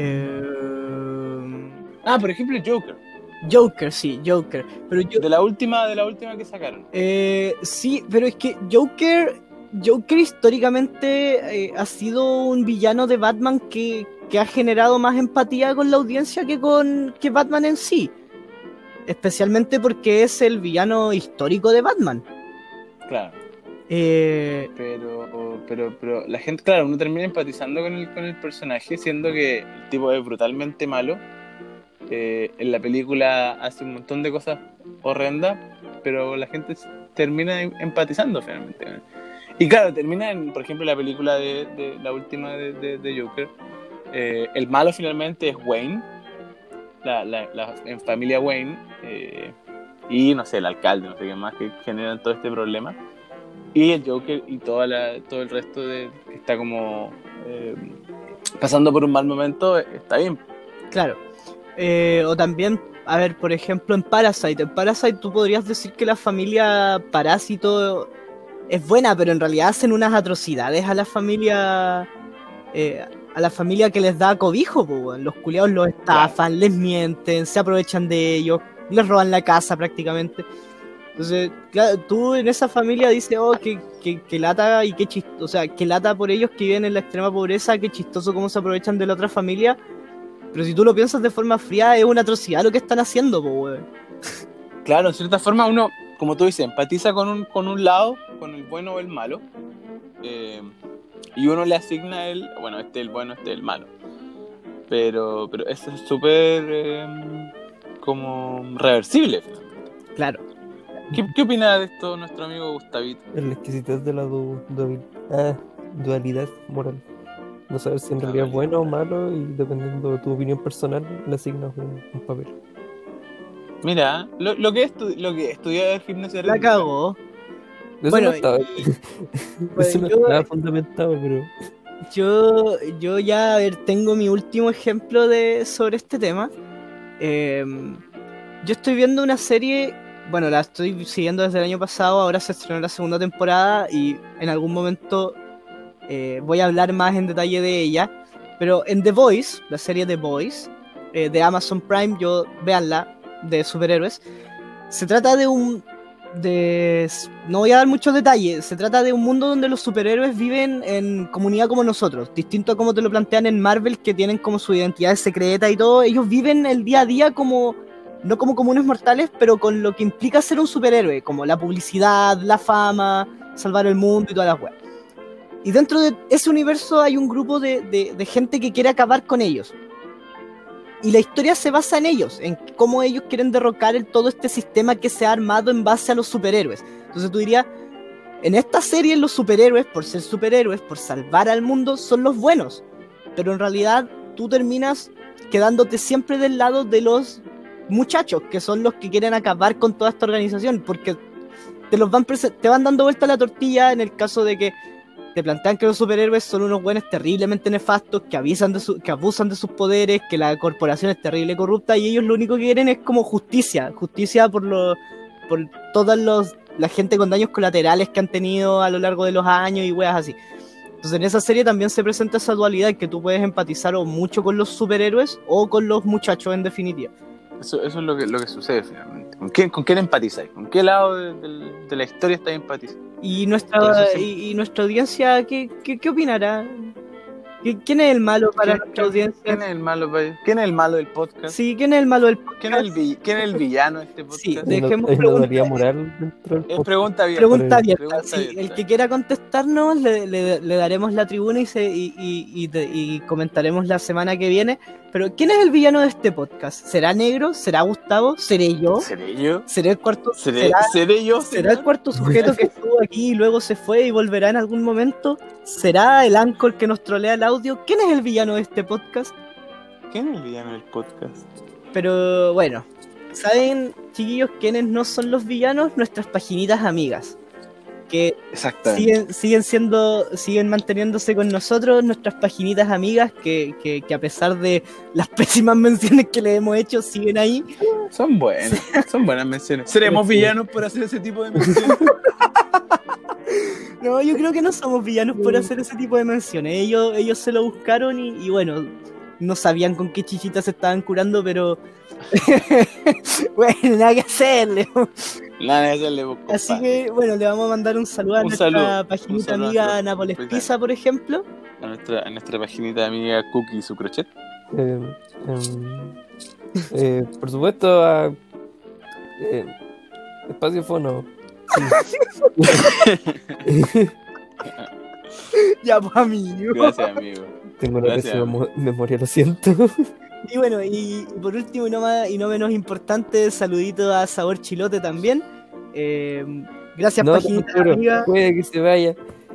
A: eh,
C: Ah, por ejemplo, Joker.
A: Joker, sí, Joker. Pero yo,
C: De la última, de la última que sacaron.
A: Eh, sí, pero es que Joker, Joker históricamente eh, ha sido un villano de Batman que, que ha generado más empatía con la audiencia que con que Batman en sí. Especialmente porque es el villano histórico de Batman.
C: Claro.
A: Eh,
C: Pero, pero, pero la gente, claro, uno termina empatizando con el, con el personaje, siendo que el tipo es brutalmente malo. Eh, en la película hace un montón de cosas horrendas, pero la gente s- termina em- empatizando finalmente. Y claro, termina en, por ejemplo, la película de, de la última de, de- de Joker. Eh, el malo finalmente es Wayne, la, la, la en familia Wayne, eh, y no sé, el alcalde, no sé qué más, que generan todo este problema. Y el Joker y toda la, todo el resto de que está como eh, pasando por un mal momento, eh, está bien.
A: claro. Eh, o también, a ver, por ejemplo, en Parasite. En Parasite tú podrías decir que la familia Parásito es buena, pero en realidad hacen unas atrocidades a la familia. eh, a la familia que les da cobijo, po, weón. Los culiados los estafan, les mienten, se aprovechan de ellos, les roban la casa prácticamente. Entonces, claro, tú en esa familia dices, oh, que, que, que lata y qué chistoso, o sea, que lata por ellos que viven en la extrema pobreza, qué chistoso cómo se aprovechan de la otra familia. Pero si tú lo piensas de forma fría, es una atrocidad lo que están haciendo, po, weón.
C: Claro, en cierta forma uno, como tú dices, empatiza con un, con un lado, con el bueno o el malo, eh, y uno le asigna el, bueno, este es el bueno, este es el malo. Pero, pero eso es súper eh, como reversible.
A: Claro.
C: ¿Qué, qué opina de esto nuestro amigo Gustavito?
B: Es la exquisitez de la du- duabil- ah, dualidad moral. No saber si en
C: La
B: realidad es bueno o
C: dualidad.
B: malo y dependiendo de tu opinión personal le asignas un, un papel.
C: Mira, lo, lo que estu lo que estudiaba gimnasia
A: La
C: rítmica.
A: cagó.
B: Eso
A: Bueno,
B: no estaba,
A: y, pues,
B: eso no
A: yo,
B: estaba fundamentado, pero
A: yo, yo ya, a ver, tengo mi último ejemplo de sobre este tema. Eh, yo estoy viendo una serie, bueno, la estoy siguiendo desde el año pasado, ahora se estrenó la segunda temporada y en algún momento eh, voy a hablar más en detalle de ella. Pero en The Boys, la serie The Boys, eh, de Amazon Prime, yo véanla, de superhéroes, se trata de un... de no voy a dar muchos detalles, se trata de un mundo donde los superhéroes viven en comunidad como nosotros, distinto a como te lo plantean en Marvel, que tienen como su identidad secreta y todo. Ellos viven el día a día como, no como comunes mortales, pero con lo que implica ser un superhéroe, como la publicidad, la fama, salvar el mundo y todas las weas. Y dentro de ese universo hay un grupo de, de, de gente que quiere acabar con ellos. Y la historia se basa en ellos, en cómo ellos quieren derrocar el, todo este sistema que se ha armado en base a los superhéroes. Entonces tú dirías, en esta serie los superhéroes, por ser superhéroes, por salvar al mundo, son los buenos. Pero en realidad tú terminas quedándote siempre del lado de los muchachos, que son los que quieren acabar con toda esta organización, porque te, los van, te van dando vuelta la tortilla en el caso de que te plantean que los superhéroes son unos buenos terriblemente nefastos, que, avisan de su, que abusan de sus poderes, que la corporación es terrible y corrupta, y ellos lo único que quieren es como justicia, justicia por lo, por toda los, la gente con daños colaterales que han tenido a lo largo de los años y weas así. Entonces en esa serie también se presenta esa dualidad en que tú puedes empatizar o mucho con los superhéroes o con los muchachos en definitiva.
C: Eso, eso es lo que, lo que sucede finalmente. ¿Con quién, con quién empatizáis? ¿Con qué lado de, de, de la historia estáis empatizando?
A: Y nuestra, y, y nuestra audiencia, ¿qué, qué, qué opinará? ¿Quién es el malo para
C: ¿Quién,
A: nuestra audiencia?
C: ¿Quién es el malo para ¿Quién es el malo del podcast?
A: Sí, ¿quién es el malo del podcast?
C: ¿Quién es el, vi ¿quién es el villano de este podcast?
A: Sí, dejemos
B: hay una
A: preguntas.
B: dualidad moral dentro del
C: Es
B: podcast.
C: pregunta abierta.
A: Pregunta abierta.
C: Pregunta
A: Sí,
C: abierta.
A: el que quiera contestarnos le, le, le daremos la tribuna y, se, y, y, y, te- y comentaremos la semana que viene. Pero ¿quién es el villano de este podcast? ¿Será Negro? ¿Será Gustavo? ¿Seré yo?
C: ¿Seré yo?
A: ¿Seré el cuarto?
C: ¿Seré,
A: ¿Será,
C: ¿seré yo?
A: ¿será el cuarto sujeto que estuvo aquí y luego se fue y volverá en algún momento? ¿Será el Anchor que nos trolea el audio? ¿Quién es el villano de este podcast?
C: ¿Quién es el villano del podcast?
A: Pero bueno, ¿saben, chiquillos, quiénes no son los villanos? Nuestras paginitas amigas, que
C: Exactamente.
A: siguen, siguen siendo, siguen manteniéndose con nosotros, nuestras paginitas amigas, que, que, que a pesar de las pésimas menciones que le hemos hecho, siguen ahí.
C: Son buenas, son buenas menciones. ¿Seremos villanos por hacer ese tipo de menciones?
A: No, yo creo que no somos villanos por hacer ese tipo de menciones. Ellos, ellos se lo buscaron y, y bueno, no sabían con qué chichitas se estaban curando, pero bueno, nada que hacerle.
C: Nada, eso le busco.
A: Así que bueno, le vamos a mandar un saludo a
C: Un
A: nuestra
C: saludo, un
A: paginita
C: saludo a
A: amiga
C: nuestra
A: Nápoles
C: paginita.
A: Pizza, por ejemplo.
C: A nuestra, a nuestra paginita amiga Cookie y su crochet.
B: Eh, em, eh, por supuesto, a eh, Espacio Fono. Sí.
A: Ya, pues amigo.
C: Gracias, amigo.
B: Tengo una
C: Gracias,
B: pésima
C: amigo.
B: mo- memoria, lo siento.
A: Y bueno, y por último y no, más, y no menos importante, saludito a Sabor Chilote también. Eh, gracias,
B: No, te
A: paginita
B: juro,
A: amiga.
B: puede que se vaya.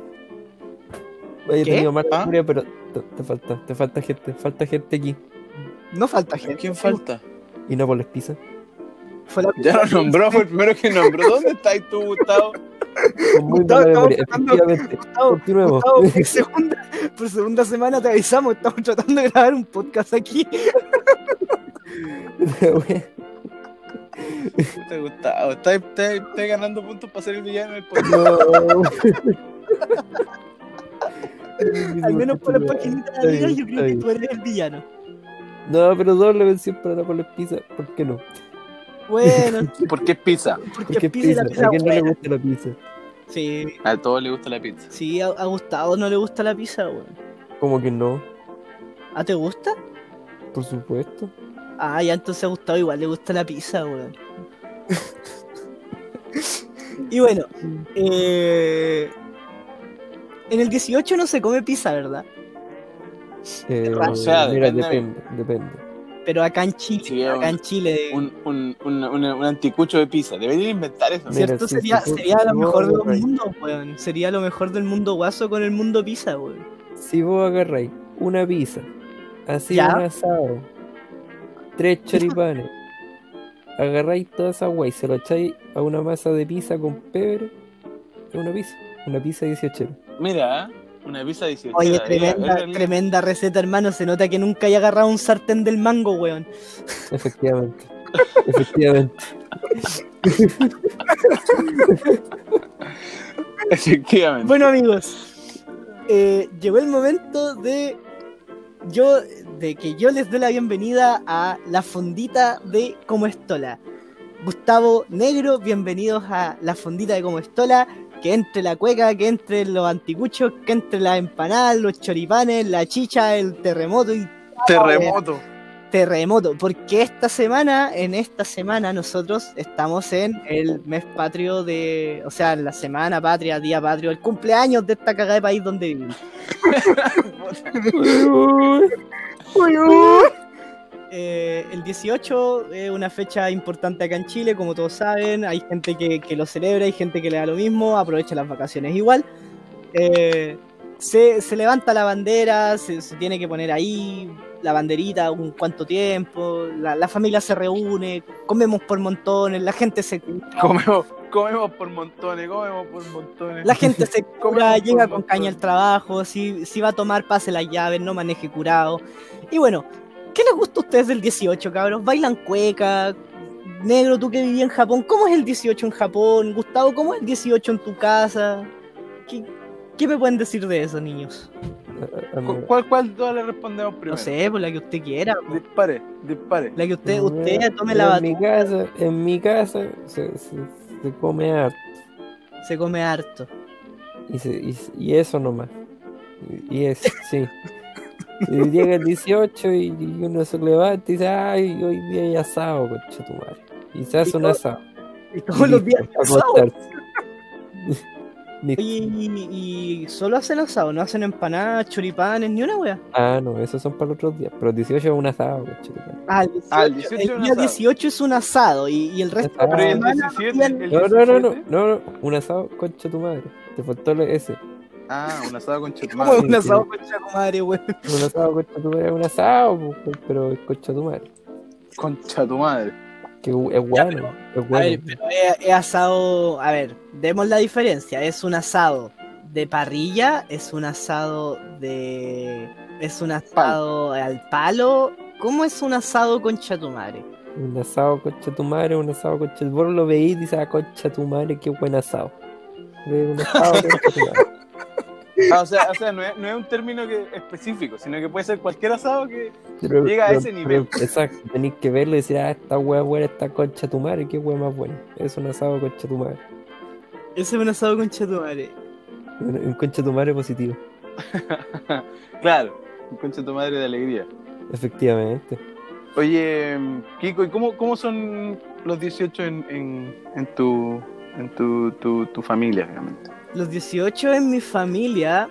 B: Haya
A: ¿Qué?
B: tenido mala
C: ¿Ah?
B: memoria, pero te, te falta, te falta gente, falta gente aquí.
A: No falta gente.
C: ¿Quién falta?
B: Y no por la pizza.
A: Fue la
C: Ya lo nombró, fue el primero que nombró. ¿Dónde estás tú, Gustavo?
B: Con muy
A: Gustavo,
B: mala
A: estamos
B: memoria,
A: tratando-
B: efectivamente.
A: Gustavo,
B: Continuemos.
A: Gustavo, por, segunda, por segunda semana te avisamos, estamos tratando de grabar un podcast aquí.
C: Puta, Gustavo, estás, estás, estás ganando puntos para ser el villano del podcast.
B: No.
A: Al menos por las paginitas
B: Está bien,
A: amigas, yo
B: está
A: creo que
B: bien.
A: tú eres el villano.
B: No, pero doble mención para la por la pizza, ¿por qué no?
A: Bueno,
C: ¿Por qué es pizza?
A: porque
B: Porque
A: pide la
B: pizza,
A: pizza
B: ¿a quién no le
A: buena.
B: gusta la pizza?
A: Sí,
C: A todos les gusta la pizza.
A: sí, a, a Gustavo no le gusta la pizza, weón.
B: ¿Cómo que no?
A: ¿Ah, te gusta?
B: Por supuesto.
A: Ah, ya entonces a Gustavo igual le gusta la pizza, weón. Y bueno, eh, en el dieciocho no se come pizza, ¿verdad?
B: Eh,
C: O sea,
B: mira,
C: depende.
B: depende, depende.
A: pero acá en Chile,
C: Sí,
A: acá
C: un-
A: en Chile,
C: Un, un, un, un, un anticucho de pizza. Deberían inventar eso.
B: Mira,
A: ¿cierto?
B: sí,
A: sería
B: sí, sí,
A: sería
B: sí,
A: lo
B: vos
A: mejor de los
B: agarráis.
A: mundos, weón. Sería lo mejor del mundo guaso con el mundo pizza, weón.
B: Si vos agarráis una pizza, así
A: Ya.
B: un asado, tres choripanes, agarráis toda esa guay y se lo echáis a una masa de pizza con pebre, es una pizza, una pizza dieciocho.
C: Mira, una pizza dieciocho.
A: Oye,
C: era-
A: tremenda,
C: era-
A: tremenda receta, hermano. Se nota que nunca haya agarrado un sartén del mango, weón.
B: Efectivamente, efectivamente.
C: Efectivamente.
A: Bueno, amigos, eh, llegó el momento de yo de que yo les dé la bienvenida a la fondita de Como Estola. Gustavo Negro, bienvenidos a la fondita de Como Estola. Que entre la cueca, que entre los anticuchos, que entre las empanadas, los choripanes, la chicha, el terremoto y
C: Terremoto.
A: terremoto, porque esta semana, en esta semana nosotros estamos en el mes patrio de, o sea, la semana patria, día patrio, el cumpleaños de esta cagada de país donde vivimos. Eh, el dieciocho es una fecha importante acá en Chile, como todos saben, hay gente que, que lo celebra, hay gente que le da lo mismo, aprovecha las vacaciones igual. Eh, se, se levanta la bandera, se, se tiene que poner ahí la banderita un cuánto tiempo, la, la familia se reúne, comemos por montones, la gente se
C: Comemos, comemos por montones, comemos por montones.
A: la gente se cura,
C: Comemos por
A: llega con
C: montones.
A: caña al trabajo, si, si va a tomar pase las llaves, no maneje curado. Y bueno, ¿qué les gusta a ustedes del dieciocho, cabros? ¿Bailan cueca? Negro, tú que vivías en Japón, ¿cómo es el dieciocho en Japón? Gustavo, ¿cómo es el dieciocho en tu casa? ¿Qué, qué me pueden decir de eso, niños?
B: A- a mí-
C: ¿Cu- ¿Cuál, cuál todas le respondemos primero?
A: No sé, por la que usted quiera, po.
C: Dispare, dispare.
A: La que usted,
B: Mira,
A: usted tome
B: mira,
A: la
B: en mi
A: batuta,
B: casa, en mi casa se, se, se come harto.
A: se come harto.
B: Y, se- y, y eso nomás. Y, y eso, sí. Y llega el dieciocho y, y uno se levanta y dice, ay, hoy día hay asado, concha tu madre. Y se hace
A: Y
B: un
A: todo-
B: asado.
A: Y todos los días
B: Listo,
A: asado.
B: acostarse. Listo.
A: Oye, y, y solo hacen asado, no hacen empanadas, choripanes, ni una wea.
B: Ah, no, esos son para los otros días. Pero el dieciocho es un asado, concha tu madre.
A: Ah, el dieciocho,
C: Ah, el dieciocho es
A: el
C: un
A: día
C: asado.
A: dieciocho es un asado y, y el resto de
B: Ah,
A: la
C: Pero ¿y el
A: semana
C: diecisiete?
A: hacían-
C: El
B: No, no, no, no,
C: diecisiete?
B: no, no, un asado, concha tu madre. Te faltó lo- ese.
C: Ah, un asado con
A: ¿Cómo
C: chetumadre.
A: es un asado con madre, weón?
B: Un asado, concha tu madre, es un asado, pues, pero es concha tu madre.
C: Concha tu madre.
B: Que es bueno, es
A: A
B: bueno.
A: ver, pero es, es asado. A ver, demos la diferencia. Es un asado de parrilla, es un asado de. Es un asado al palo. ¿Cómo es un asado con chatumare?
B: Un asado concha tu madre, un asado concha. Vos lo veís y dices, ah, concha tu madre, qué buen asado. Es un asado concha tu madre.
C: Ah, o sea, o sea no, es, no es un término que específico, sino que puede ser cualquier asado que
B: Pero-
C: llega a
B: pero-
C: ese nivel.
B: pero, exacto, tenéis que verlo y decir, ah, esta hueá buena, esta concha tu madre, qué hueá más buena. Es un asado concha tu madre.
A: Ese es un asado con chatumare.
B: Un, un concha tu madre positivo.
C: Claro, un concha tu madre de alegría.
B: Efectivamente.
C: Oye, Kiko, ¿y cómo, cómo son los dieciocho en, en, en tu en tu, tu, tu familia, realmente?
A: Los dieciocho en mi familia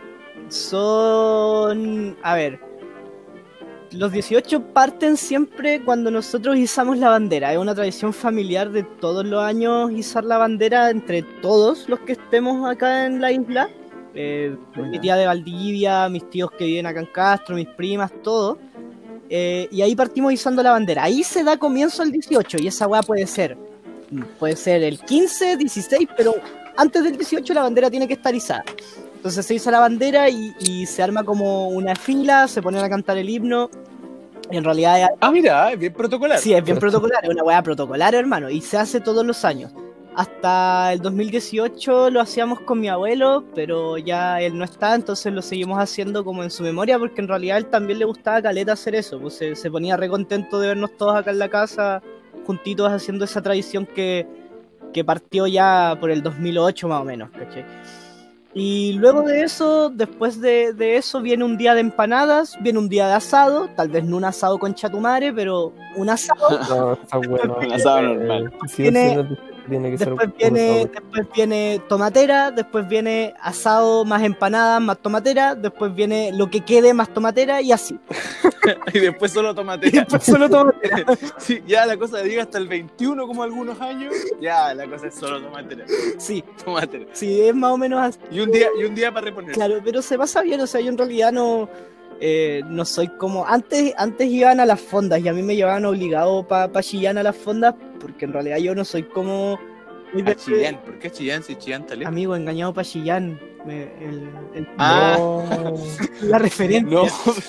A: son. A ver. Los dieciocho parten siempre cuando nosotros izamos la bandera. Es una tradición familiar de todos los años izar la bandera entre todos los que estemos acá en la isla. Eh, mi tía de Valdivia, mis tíos que viven acá en Castro, mis primas, todo. Eh, y ahí partimos izando la bandera. Ahí se da comienzo al dieciocho y esa weá puede ser. Puede ser el quince, dieciséis, pero antes del dieciocho la bandera tiene que estar izada. Entonces se iza la bandera y, y se arma como una fila, se ponen a cantar el himno. Y en realidad es,
C: Ah, mira, es bien protocolar.
A: sí, es bien protocolar, es una weá protocolar, hermano, y se hace todos los años. Hasta el dos mil dieciocho lo hacíamos con mi abuelo, pero ya él no está, entonces lo seguimos haciendo como en su memoria, porque en realidad a él también le gustaba caleta hacer eso, pues se, se ponía re contento de vernos todos acá en la casa, juntitos haciendo esa tradición que, que partió ya por el dos mil ocho más o menos, ¿cachai? Y luego de eso, después de, de eso, viene un día de empanadas, viene un día de asado, tal vez no un asado con chatumare, pero un asado.
B: No, está bueno.
C: Un asado normal.
B: Sí,
A: Tiene-
B: sí, no te- Tiene que ser
A: Después
B: un-
A: viene,
B: un-
A: después viene tomatera, después viene asado más empanadas más tomatera, después viene lo que quede más tomatera y así.
C: Y después solo
A: Y
C: tomatera.
A: después solo tomatera.
C: Sí, ya la cosa llega hasta el veintiuno como algunos años, ya la cosa es solo tomatera.
A: Sí,
C: Tomatera.
A: sí, es más o menos así.
C: Y un día, y un día para reponer.
A: Claro, pero se pasa bien, o sea, yo en realidad no, eh, no soy como... Antes, antes iban a las fondas y a mí me llevaban obligado para pa Chillán a las fondas, porque en realidad yo no soy como... muy
C: A
A: de-
C: Chillán, ¿por qué Chillán si Chillán está lejos?
A: Amigo, engañado para Chillán. Me- el- el-
C: Ah,
B: No.
A: la referencia.
C: no,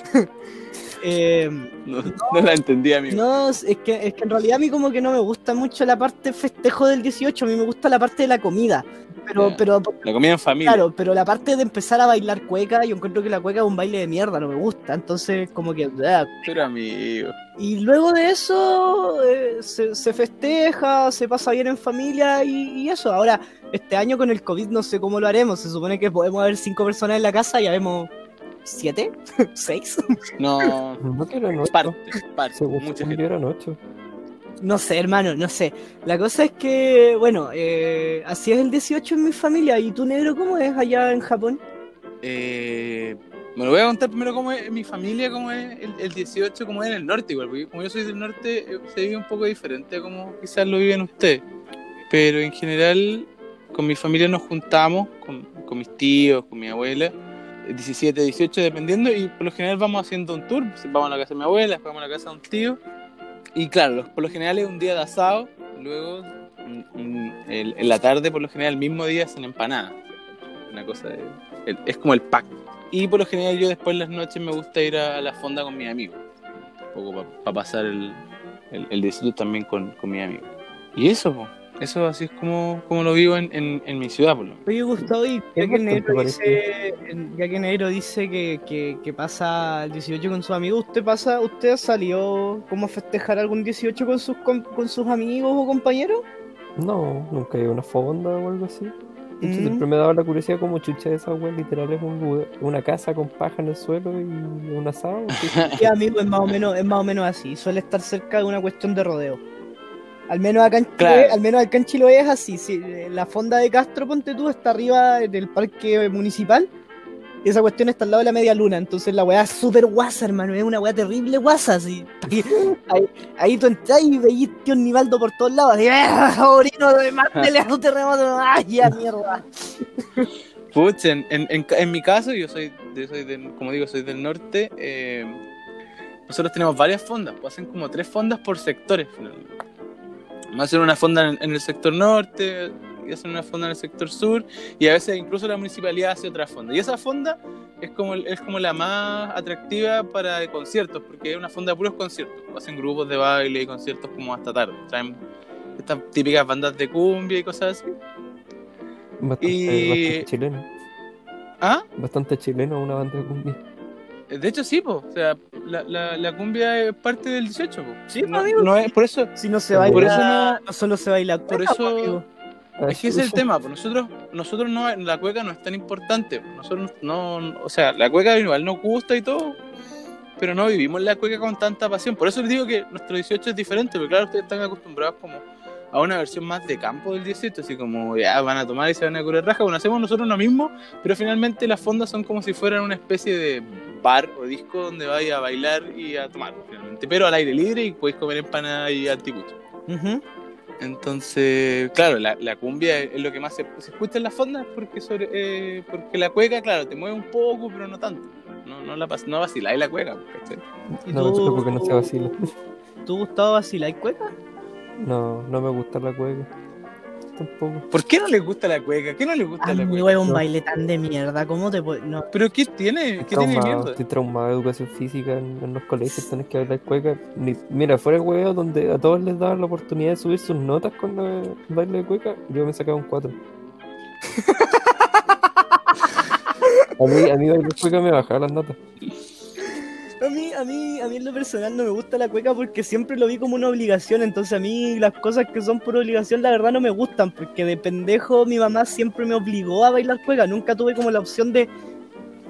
A: Eh,
C: no, no la entendí, amigo.
A: no, es que, es que en realidad a mí como que no me gusta mucho la parte festejo del dieciocho, a mí me gusta la parte de la comida. Pero,
C: Ya.
A: pero
C: La comida en familia.
A: claro, pero la parte de empezar a bailar cueca, yo encuentro que la cueca es un baile de mierda, no me gusta. Entonces, como que... ah.
C: Pero amigo.
A: Y luego de eso, eh, se, se festeja, se pasa bien en familia y, y eso. Ahora, este año con el COVID no sé cómo lo haremos. Se supone que podemos haber cinco personas en la casa y habemos siete, seis.
C: No,
B: No que eran ocho.
C: parte, parte,
B: Según
C: mucha
B: según yo
C: gente.
B: eran ocho.
A: No sé, hermano, no sé. La cosa es que, bueno, eh, así es el dieciocho en mi familia. ¿Y tú, negro, cómo es allá en Japón?
C: Eh, me lo voy a contar primero cómo es en mi familia, cómo es el, el dieciocho, cómo es en el norte, igual, porque como yo soy del norte, eh, se vive un poco diferente a como quizás lo viven ustedes. Pero en general, con mi familia nos juntamos, con, con mis tíos, con mi abuela, diecisiete, dieciocho, dependiendo, y por lo general vamos haciendo un tour. Vamos a la casa de mi abuela, después vamos a la casa de un tío. Y claro, los- por lo general es un día de asado, luego un- un- el- en la tarde, por lo general, el mismo día hacen empanadas. Una cosa de, el- es como el pack. Y por lo general yo después en las noches me gusta ir a la fonda con mis amigos, un poco para pasar el, el, el dieciocho también con, con mis amigos. Y eso, po, eso así es como, como lo vivo en, en, en mi ciudad, por lo menos.
A: Oye, Gustavo, y ya
B: Es
A: que el
B: bastante
A: negro
B: parecido.
A: dice, ya que el negro dice que, que, que pasa el dieciocho con sus amigos, ¿usted pasa, usted salió como a festejar algún dieciocho con sus com- con sus amigos o compañeros?
B: No, nunca he ido a una fonda o algo así. De hecho,
A: Mm.
B: siempre me daba la curiosidad como chucha de esa wea, literal es un lugar- una casa con paja en el suelo y un asado. ¿Qué-
A: Sí, amigo, es más o menos, es más o menos así. Suele estar cerca de una cuestión de rodeo. Al menos acá en Chile,
C: Claro.
A: al menos acá en Chiloé es así. Si, la fonda de Castro, ponte tú, está arriba del parque municipal. Y esa cuestión está al lado de la media luna. Entonces la weá es súper guasa, hermano. Es una weá terrible guasa. Así. Ahí, ahí, ahí tú entras y veís tío Nivaldo por todos lados. Así, ¡ah, Orino, mátele a un terremoto! ¡Ay, ya, mierda!
C: Pucha, en, en, en, en mi caso, yo soy, yo soy del, como digo, soy del norte. eh, nosotros tenemos varias fondas, pues hacen como tres fondas por sectores finalmente. Hacen una fonda en, en el sector norte y hacen una fonda en el sector sur, y a veces incluso la municipalidad hace otra fonda. Y esa fonda es como, es como la más atractiva para conciertos, porque es una fonda de puros conciertos. Hacen grupos de baile y conciertos como hasta tarde. Traen estas típicas bandas de cumbia y cosas así.
B: Bastante,
C: Y-
B: bastante chileno.
C: ¿Ah?
B: Bastante chileno una banda de cumbia.
C: De hecho, sí, po. O sea, la, la, la cumbia es parte del dieciocho, po.
A: Sí,
C: no,
A: amigo,
C: no
A: sí.
C: es, por eso,
A: Si no se
B: Por
A: baila,
C: eso no-
A: no solo se baila
C: por
A: cueca,
C: eso-
A: pues, amigo.
B: Ah,
C: es que ese es el
B: chucha.
C: tema, pues nosotros, nosotros no, la cueca no es tan importante, pues. Nosotros no, o sea, la cueca igual nos gusta y todo, pero no vivimos la cueca con tanta pasión. Por eso les digo que nuestro dieciocho es diferente, porque claro, ustedes están acostumbrados como a una versión más de campo del dieciocho, así como ya van a tomar y se van a curar raja. Bueno, hacemos nosotros lo mismo, pero finalmente las fondas son como si fueran una especie de bar o disco donde vais a bailar y a tomar, finalmente, pero al aire libre, y podéis comer empanadas y anticuchos.
A: Ujú.
C: Entonces, claro, la, la cumbia es, es lo que más se, se escucha en las fondas, porque sobre, eh, porque la cueca, claro, te mueve un poco, pero no tanto. No, no, la, pas- no vaciláis la cueca, ¿cachai?
A: ¿Y
B: No me
A: tú,
B: explico porque no se vacila.
A: ¿tú, Gustavo, vaciláis cueca?
B: No, no me gusta la cueca. Tampoco.
C: ¿Por qué no les gusta la cueca? ¿Qué no les gusta la
A: Amigo,
C: cueca?
A: es un
B: No.
A: baile tan de mierda, ¿cómo te puedes...? No.
C: ¿Pero qué tiene?
B: Estoy
C: ¿Qué tiene de
B: traumado,
C: mierda?
B: estoy traumado de educación física en, en los colegios, tenés que bailar cueca. Ni- mira, fuera el huevo donde a todos les daban la oportunidad de subir sus notas con la- el baile de cueca, yo me sacaba un cuatro. A mí, a mí bailar cueca me bajaba las notas.
A: A mí, a mí, a mí en lo personal no me gusta la cueca porque siempre lo vi como una obligación, entonces a mí las cosas que son por obligación la verdad no me gustan, porque de pendejo mi mamá siempre me obligó a bailar cueca, nunca tuve como la opción de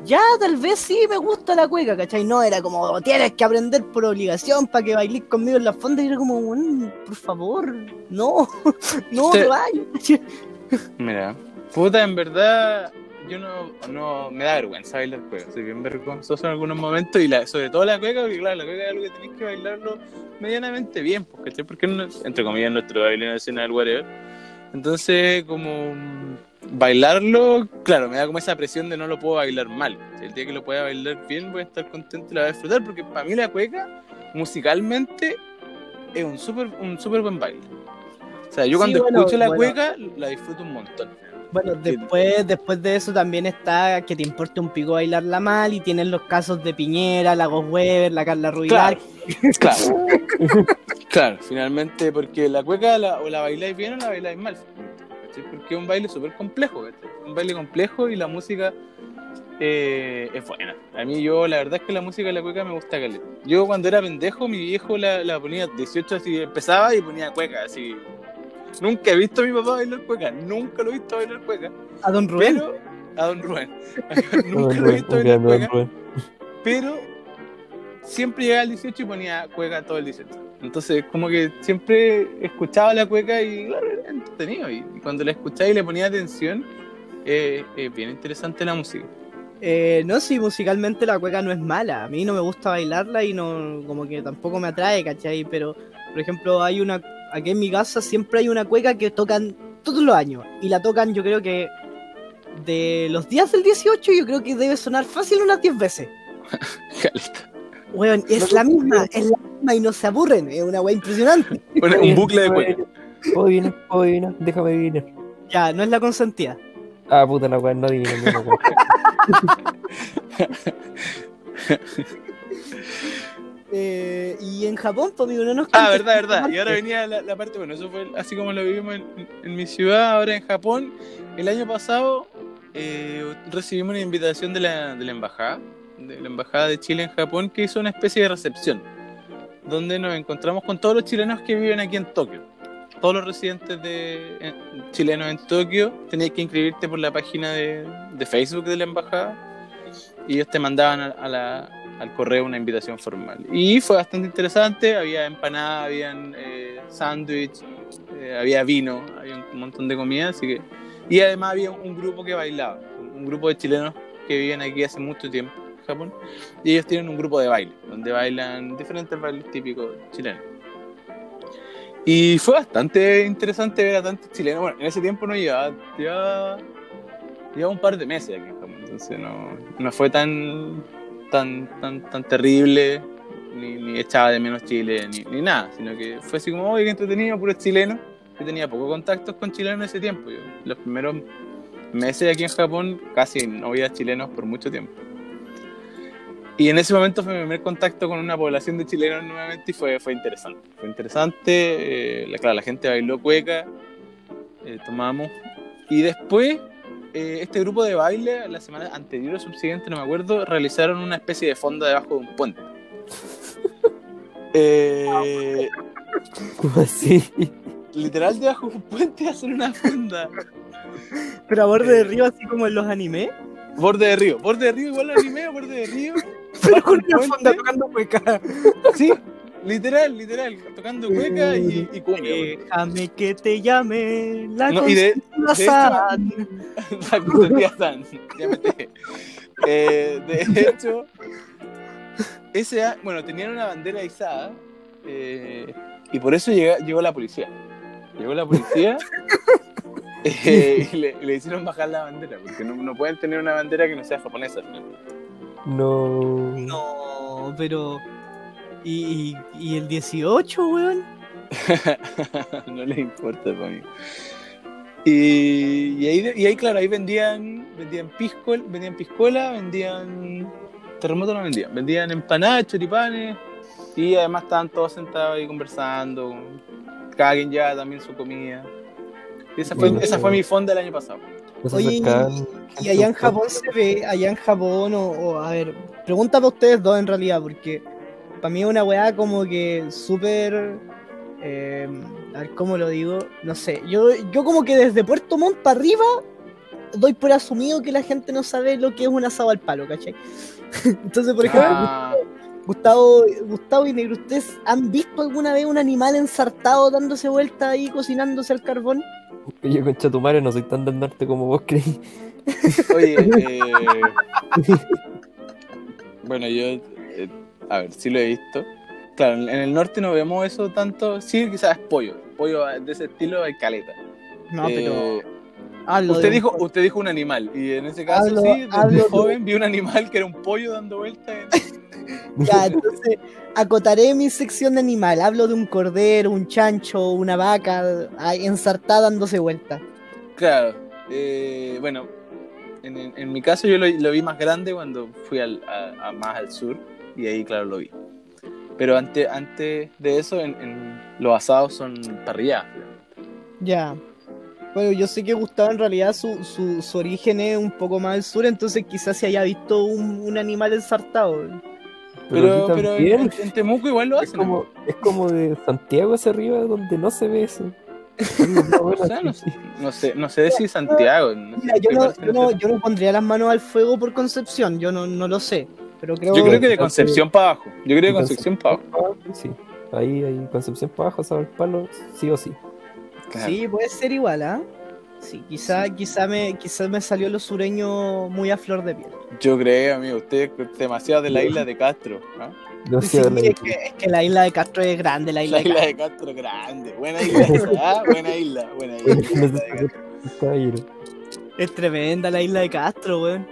A: ya tal vez sí me gusta la cueca, ¿cachai? No, era como, tienes que aprender por obligación para que bailes conmigo en la fonda, y era como, bueno, por favor, no, no,
C: Te-
A: no vayas.
C: Mira, puta, en verdad, yo no, no me da vergüenza bailar cueca, soy bien vergonzoso en algunos momentos, y la, sobre todo la cueca, porque claro, la cueca es algo que tenés que bailarlo medianamente bien, pues, ¿cachai? Porque no es, entre comillas, nuestro baile nacional, whatever. Entonces, como mm, bailarlo, claro, me da como esa presión de no lo puedo bailar mal. Si el día que lo pueda bailar bien, voy a estar contento y la voy a disfrutar, porque para mí la cueca, musicalmente, es un súper un súper buen baile. O sea, yo
A: Sí,
C: cuando
A: bueno,
C: escucho la
A: bueno.
C: cueca, la disfruto un montón.
A: Bueno, después, después de eso también está que te importe un pico bailarla mal, y tienes los casos de Piñera, la Ghost Weber, la Carla Rubilar.
C: Claro, claro, claro, finalmente, porque la cueca la, o la bailáis bien o la bailáis mal, ¿cachai? Porque es un baile súper complejo, ¿cachai? Un baile complejo y la música eh, es buena. A mí, yo, la verdad es que la música de la cueca me gusta caleta. Yo cuando era pendejo, mi viejo la, la ponía dieciocho, así empezaba y ponía cueca, así. Nunca he visto a mi papá bailar cueca, nunca lo he visto bailar cueca.
A: A Don Rubén.
C: Pero, a Don Rubén, nunca
B: Don
C: lo he
B: Rubén,
C: visto
B: un
C: bailar
B: gran Don
C: cueca,
B: Rubén.
C: pero siempre llegaba al dieciocho y ponía cueca todo el dieciocho. Entonces, como que siempre escuchaba la cueca y, claro, era entretenido. Y cuando la escuchaba y le ponía atención, eh, es bien interesante la música.
A: Eh, no, si musicalmente la cueca no es mala. A mí no me gusta bailarla y no, como que tampoco me atrae, ¿cachai? Pero, por ejemplo, hay una, aquí en mi casa siempre hay una cueca que tocan todos los años. Y la tocan, yo creo que de los días del dieciocho, yo creo que debe sonar fácil unas diez veces.
C: Caleta.
A: Weón, es la misma, es la misma y no se aburren. Es una wea impresionante.
C: Bueno, un bucle de cueca.
B: Odina, Odina, déjame adivinar.
A: Ya, no es la consentida.
B: Ah, puta la weá, no adiviné. No, no, no.
A: Eh, y en Japón, pues amigo, no nos
C: Ah,
A: cuentes
C: verdad,
A: esta
C: verdad.
A: parte.
C: Y ahora venía la, la parte, bueno, eso fue así como lo vivimos en, en mi ciudad, ahora en Japón. El año pasado eh, recibimos una invitación de la, de la embajada, de la embajada de Chile en Japón, que hizo una especie de recepción, donde nos encontramos con todos los chilenos que viven aquí en Tokio. Todos los residentes de, eh, chilenos en Tokio, tenías que inscribirte por la página de, de Facebook de la embajada, y ellos te mandaban a, a la, al correo una invitación formal. Y fue bastante interesante, había empanadas, habían eh, sándwich, eh, había vino, había un montón de comida, así que... Y además había un grupo que bailaba, un grupo de chilenos que viven aquí hace mucho tiempo en Japón, y ellos tienen un grupo de baile, donde bailan diferentes bailes típicos chilenos. Y fue bastante interesante ver a tantos chilenos. Bueno, en ese tiempo no llevaba, llevaba, llevaba un par de meses aquí en Japón, entonces no, no fue tan, tan, tan, tan terrible, ni, ni echaba de menos Chile, ni, ni nada, sino que fue así como, oye, qué entretenido, puros chilenos. Yo tenía pocos contactos con chilenos en ese tiempo. Yo, los primeros meses aquí en Japón casi no había chilenos por mucho tiempo. Y en ese momento fue mi primer contacto con una población de chilenos nuevamente y fue, fue interesante. Fue interesante, eh, la, claro, la gente bailó cueca, eh, tomamos. Y después, eh, este grupo de baile, la semana anterior o subsiguiente, no me acuerdo, realizaron una especie de fonda debajo de un puente. eh,
B: ¿Cómo así?
C: literal, debajo de un puente hacen una fonda.
A: Pero a borde de río, así como en los animes.
C: Borde de río, borde de río igual al anime, borde de río.
A: Pero con una
C: puente.
A: fonda tocando cueca.
C: Sí, literal, literal, tocando cueca y, y cumbia.
A: Déjame que te llame la
C: No, y de-
A: Constitución.
C: La consentía San, llámate. Eh, de hecho, ese, a- bueno, tenían una bandera izada eh, y por eso llega- llegó la policía. Llegó la policía eh, y, le, y le hicieron bajar la bandera, porque no, no pueden tener una bandera que no sea japonesa.
B: No.
A: No, pero... ¿Y, y, y el dieciocho, weón?
C: No les importa para mí. Y, y, ahí, y ahí, claro, ahí vendían vendían pisco, vendían piscola, vendían terremoto, no vendían, vendían empanadas, choripanes, y además estaban todos sentados ahí conversando, cada quien llevaba también su comida. Y esa fue,
B: Bueno,
C: esa fue
B: bueno.
C: mi fonda el año pasado.
B: No se
A: Oye,
B: acercaban.
A: y allá en Japón se ve, allá en Japón, o, o a ver, pregunta para ustedes dos en realidad, porque para mí es una weá como que súper, eh, a ver cómo lo digo, no sé, yo, yo como que desde Puerto Montt para arriba doy por asumido que la gente no sabe lo que es un asado al palo, ¿cachai? Entonces, por ejemplo,
C: Ah,
A: Gustavo, Gustavo y Negro, ¿ustedes han visto alguna vez un animal ensartado dándose vuelta ahí, cocinándose al carbón?
B: Yo, concha tu madre, no soy tan del norte como vos creí.
C: oye, eh, bueno, yo, eh, a ver, sí lo he visto. Claro, en en el norte no vemos eso tanto. Sí, quizás pollo. Pollo de ese estilo hay caleta.
A: No, pero...
C: Eh,
A: hablo
C: usted
A: de-
C: dijo, usted dijo un animal. Y en ese caso,
A: Hablo-
C: sí, desde
A: hablo de-
C: joven vi un animal que era un pollo dando vueltas en...
A: Ya, entonces acotaré mi sección de animal. Hablo de un cordero, un chancho, una vaca ahí ensartada dándose vuelta.
C: Claro. eh, bueno, en, en- en mi caso yo lo, lo vi más grande cuando fui al, a, a más al sur. Y ahí, claro, lo vi. Pero antes, antes de eso, en, en los asados son parrilladas.
A: Ya. Bueno, yo sé que Gustavo en realidad su, su, su origen es un poco más al sur, entonces quizás se haya visto un, un animal ensartado.
C: Pero,
B: aquí
C: pero en,
B: también.
C: en- en Temuco igual lo
B: Es
C: hacen.
B: como, es como de Santiago hacia arriba donde no se ve eso. No, bueno,
C: O sea, no,
B: sí.
C: no sé, no sé si Santiago. No sé
A: Mira,
C: en
A: yo
C: qué
A: no,
C: parte
A: yo,
C: no
A: no,
C: sé.
A: yo no pondría las manos al fuego por Concepción, yo no, no lo sé. Pero creo,
C: Yo creo que de
B: Creo
C: Concepción para abajo. Yo creo que de
B: Y
C: Concepción para abajo.
B: Sí, ahí hay Concepción para abajo, sabe el palo, sí o sí.
C: Claro.
A: sí, puede ser igual, ¿ah? Sí, quizá, quizá me, quizá me salió lo sureño muy a flor de piel.
C: Yo creo, amigo. Usted es demasiado de la isla de Castro. ¿ah?
B: No
A: Sí,
B: sé, la-
A: es, que, es que la isla de Castro es grande, la isla
C: La
A: de
C: isla
A: Castro.
C: de Castro es grande. Buena isla esa, ¿ah? Buena isla. Buena isla. la isla de Castro.
B: Caballero.
A: Es tremenda la isla de Castro, weón.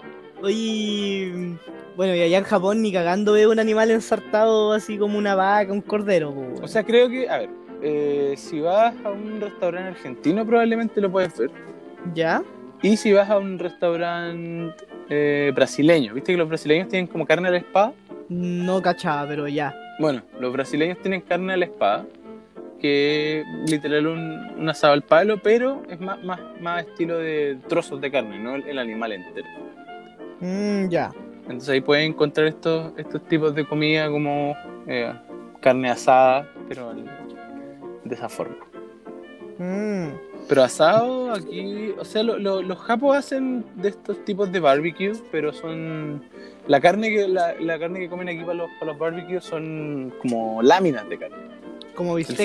A: Oye, bueno, y allá en Japón ni cagando veo un animal ensartado así como una vaca, un cordero, po, weón.
C: O sea, creo que, a ver, eh, si vas a un restaurante argentino probablemente lo puedes ver.
A: ¿Ya?
C: Y si vas a un restaurante eh, brasileño, ¿viste que los brasileños tienen como carne a la espada?
A: No cachaba, pero ya.
C: Bueno, los brasileños tienen carne a la espada, que es literal un, un asado al palo, pero es más, más, más estilo de trozos de carne, no el, el animal entero.
A: Mm, ya.
C: Entonces ahí pueden encontrar estos, estos tipos de comida como eh, carne asada, pero al- de esa forma.
A: Mm.
C: Pero asado aquí, o sea, lo- lo- los japos hacen de estos tipos de barbecue, pero son la carne que la, la carne que comen aquí para los, para los barbecues son como láminas de carne.
A: Como bistec.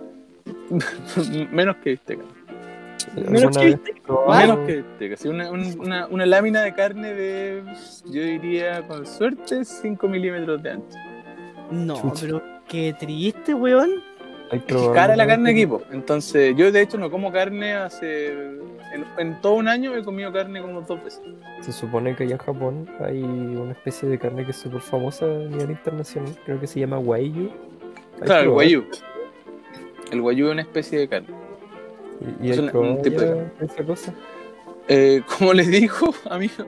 C: Menos que bistec.
A: Menos
B: ¿Alguna
A: que
B: vez
A: bistec.
B: probado?
C: Menos que bistec. Así una, un- una, una lámina de carne de, yo diría, con suerte, cinco milímetros de ancho.
A: No,
B: Chucha.
A: pero qué triste, weón.
B: ¿Hay
C: Es que
B: probado
C: cara la
B: alguna
C: carne
B: vez?
C: aquí, po. Entonces, yo de hecho no como carne hace. En, en todo un año he comido carne como dos veces.
B: Se supone que allá en Japón hay una especie de carne que es súper famosa a nivel internacional. Creo que se llama Wagyu. ¿Hay
C: Claro, el
B: probado?
C: guayú. El guayú es una especie de carne.
B: ¿Y, y
C: Es
B: hay
C: un- un
B: probado
C: tipo de
B: ya
C: carne.
B: esa cosa?
C: Eh, ¿Cómo les dijo, amigo?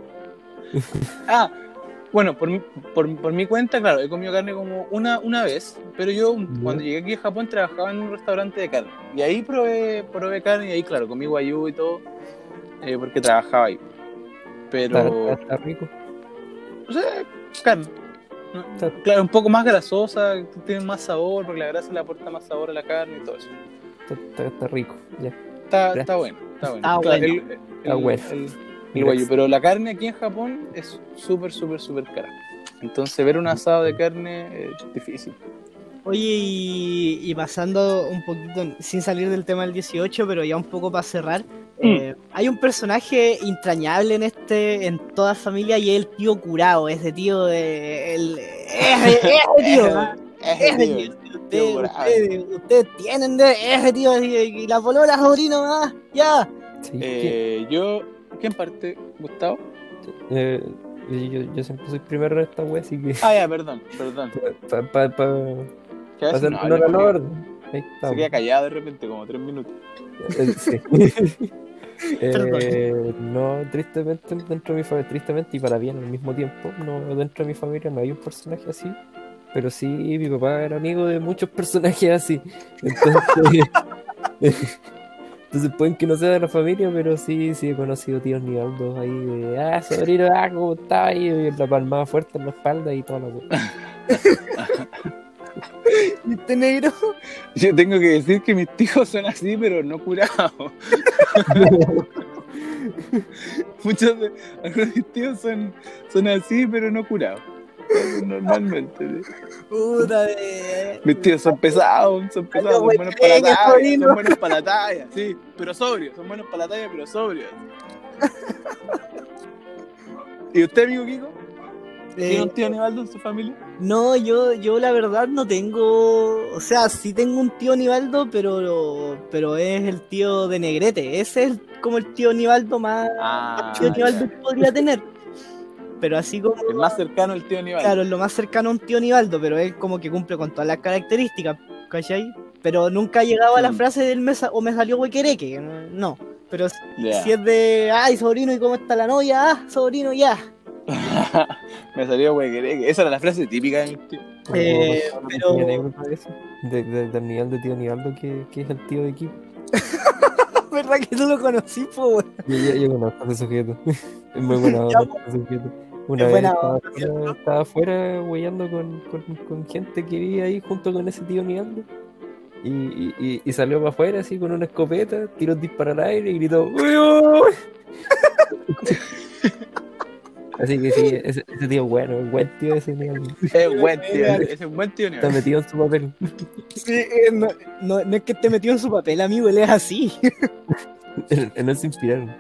C: Ah, bueno, por mi, por, por mi cuenta, claro, he comido carne como una, una vez, pero yo
B: Ya.
C: cuando llegué aquí a Japón trabajaba en un restaurante de carne. Y ahí probé, probé carne y ahí, claro, comí guayú y todo, eh, porque trabajaba ahí. Pero,
B: Está, está- está rico.
C: o sea, carne. ¿no?
B: Está-
C: Claro, un poco más grasosa, tiene más sabor, porque la grasa le aporta más sabor a la carne y todo eso.
B: Está, está- está rico. Ya.
C: Está, está bueno, está bueno.
A: Está
C: Claro,
A: bueno.
C: el- el-
B: Está bueno.
C: el- el guayú, pero la carne aquí en Japón es súper, súper, súper cara. Entonces ver un asado de carne es difícil.
A: Oye, y, y pasando un poquito, sin salir del tema del dieciocho, pero ya un poco para cerrar, eh, hay un personaje entrañable en este, en toda familia y es el tío curado, ese tío de... El, ese, ese tío, ¿ah?
C: Ese
A: ese
C: tío,
A: tío.
C: tío
A: Ustedes,
C: curado.
A: ustedes, ustedes tienen de ese tío y, y la polola sobrino, ¿ah? Ya.
B: Sí,
C: Eh, yo, ¿quién parte? ¿Gustavo?
B: que- eh, yo, yo siempre soy primero en esta wea, así que.
C: Ah, ya, perdón, perdón.
B: Para pa, pa, pa
C: Que a veces
B: hacer
C: no
B: honor
C: habla
B: al
C: porque
B: orden. Ahí
C: se
B: estamos.
C: queda callado de repente, como tres minutos.
B: Eh, sí.
A: Perdón.
B: Eh, no, tristemente, dentro de mi familia, tristemente y para bien al mismo tiempo, no, dentro de mi familia no hay un personaje así, pero sí, mi papá era amigo de muchos personajes así. Entonces, entonces pueden que no sea de la familia, pero sí, sí he conocido tíos nivaldos ahí de, ah, sobrino, ah, ¿cómo está ahí? Y la palmada fuerte en la espalda y toda la cosa.
A: ¿Y este negro?
C: Yo tengo que decir que mis tíos son así, pero no curados. Muchos de algunos de mis tíos son, son así, pero no curados. Normalmente. ¿Sí?
A: Puta de...
C: Mis tíos son pesados, son pesados, son buenos para la talla, son buenos para la talla, sí, pero sobrios, son buenos para la talla, pero sobrios. ¿Y usted, amigo Kiko? ¿Tiene eh, un tío Nivaldo en su familia?
A: No, yo, yo la verdad no tengo, o sea, sí tengo un tío Nivaldo, pero, pero es el tío de Negrete, ese es como el tío Nivaldo más,
C: ah,
A: más tío Nivaldo que podría tener. Pero así como...
C: El más cercano al tío Nivaldo.
A: Claro, es lo más cercano a un tío Nivaldo, pero él como que cumple con todas las características, ¿cachai? Pero nunca ha llegado a la frase del me o me salió huequereque, no. Pero yeah. Si es de, ay, sobrino, ¿y cómo está la novia? Ah, sobrino, ya.
C: Me salió huequereque. Esa era la frase típica de mi tío.
A: Eh, pero...
B: De, de, del nivel de tío Nivaldo, que, que es el tío de equipo.
A: ¿Verdad que tú lo conocí, po?
B: Yo, yo, yo conozco a ese sujeto. Es muy buena onda ese sujeto. Una vez estaba afuera, estaba afuera huellando con, con, con gente que vivía ahí junto con ese tío Nivaldo. Y, y, y, y salió para afuera así con una escopeta, tiró un disparo al aire y gritó ¡Uy, uy! Así que sí, ese, ese tío es bueno, es buen tío ese Nivaldo.
C: Es buen tío, ese es un buen tío Nivaldo.
B: Está metido en su papel.
A: Sí, eh, no, no, no es que esté metido en su papel, amigo, él es así.
B: En él se inspiraron.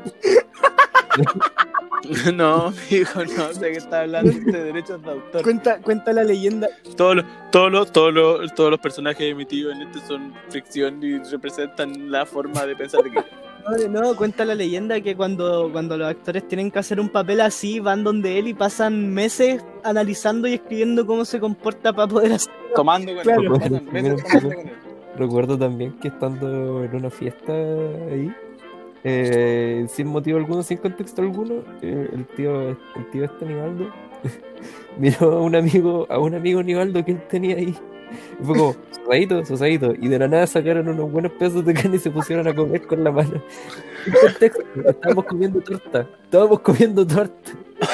C: No, hijo, no sé qué está hablando de derechos de autor.
A: Cuenta, cuenta la leyenda.
C: Todos los, todos los, todos los, todos los personajes de mi tío en este son ficción y representan la forma de pensar de que.
A: No, no, cuenta la leyenda que cuando, cuando los actores tienen que hacer un papel así, van donde él y pasan meses analizando y escribiendo cómo se comporta para poder hacerlo.
C: Tomando con
A: claro.
C: él, pasan meses tomando con él.
B: Recuerdo también que estando en una fiesta ahí, eh, sin motivo alguno, sin contexto alguno, eh, el tío, el tío este Nivaldo miró a un amigo, a un amigo Nivaldo que él tenía ahí. Y fue como, sosadito, sosadito. Y de la nada sacaron unos buenos pedazos de carne y se pusieron a comer con la mano. Sin contexto, estábamos comiendo torta. Estábamos comiendo torta.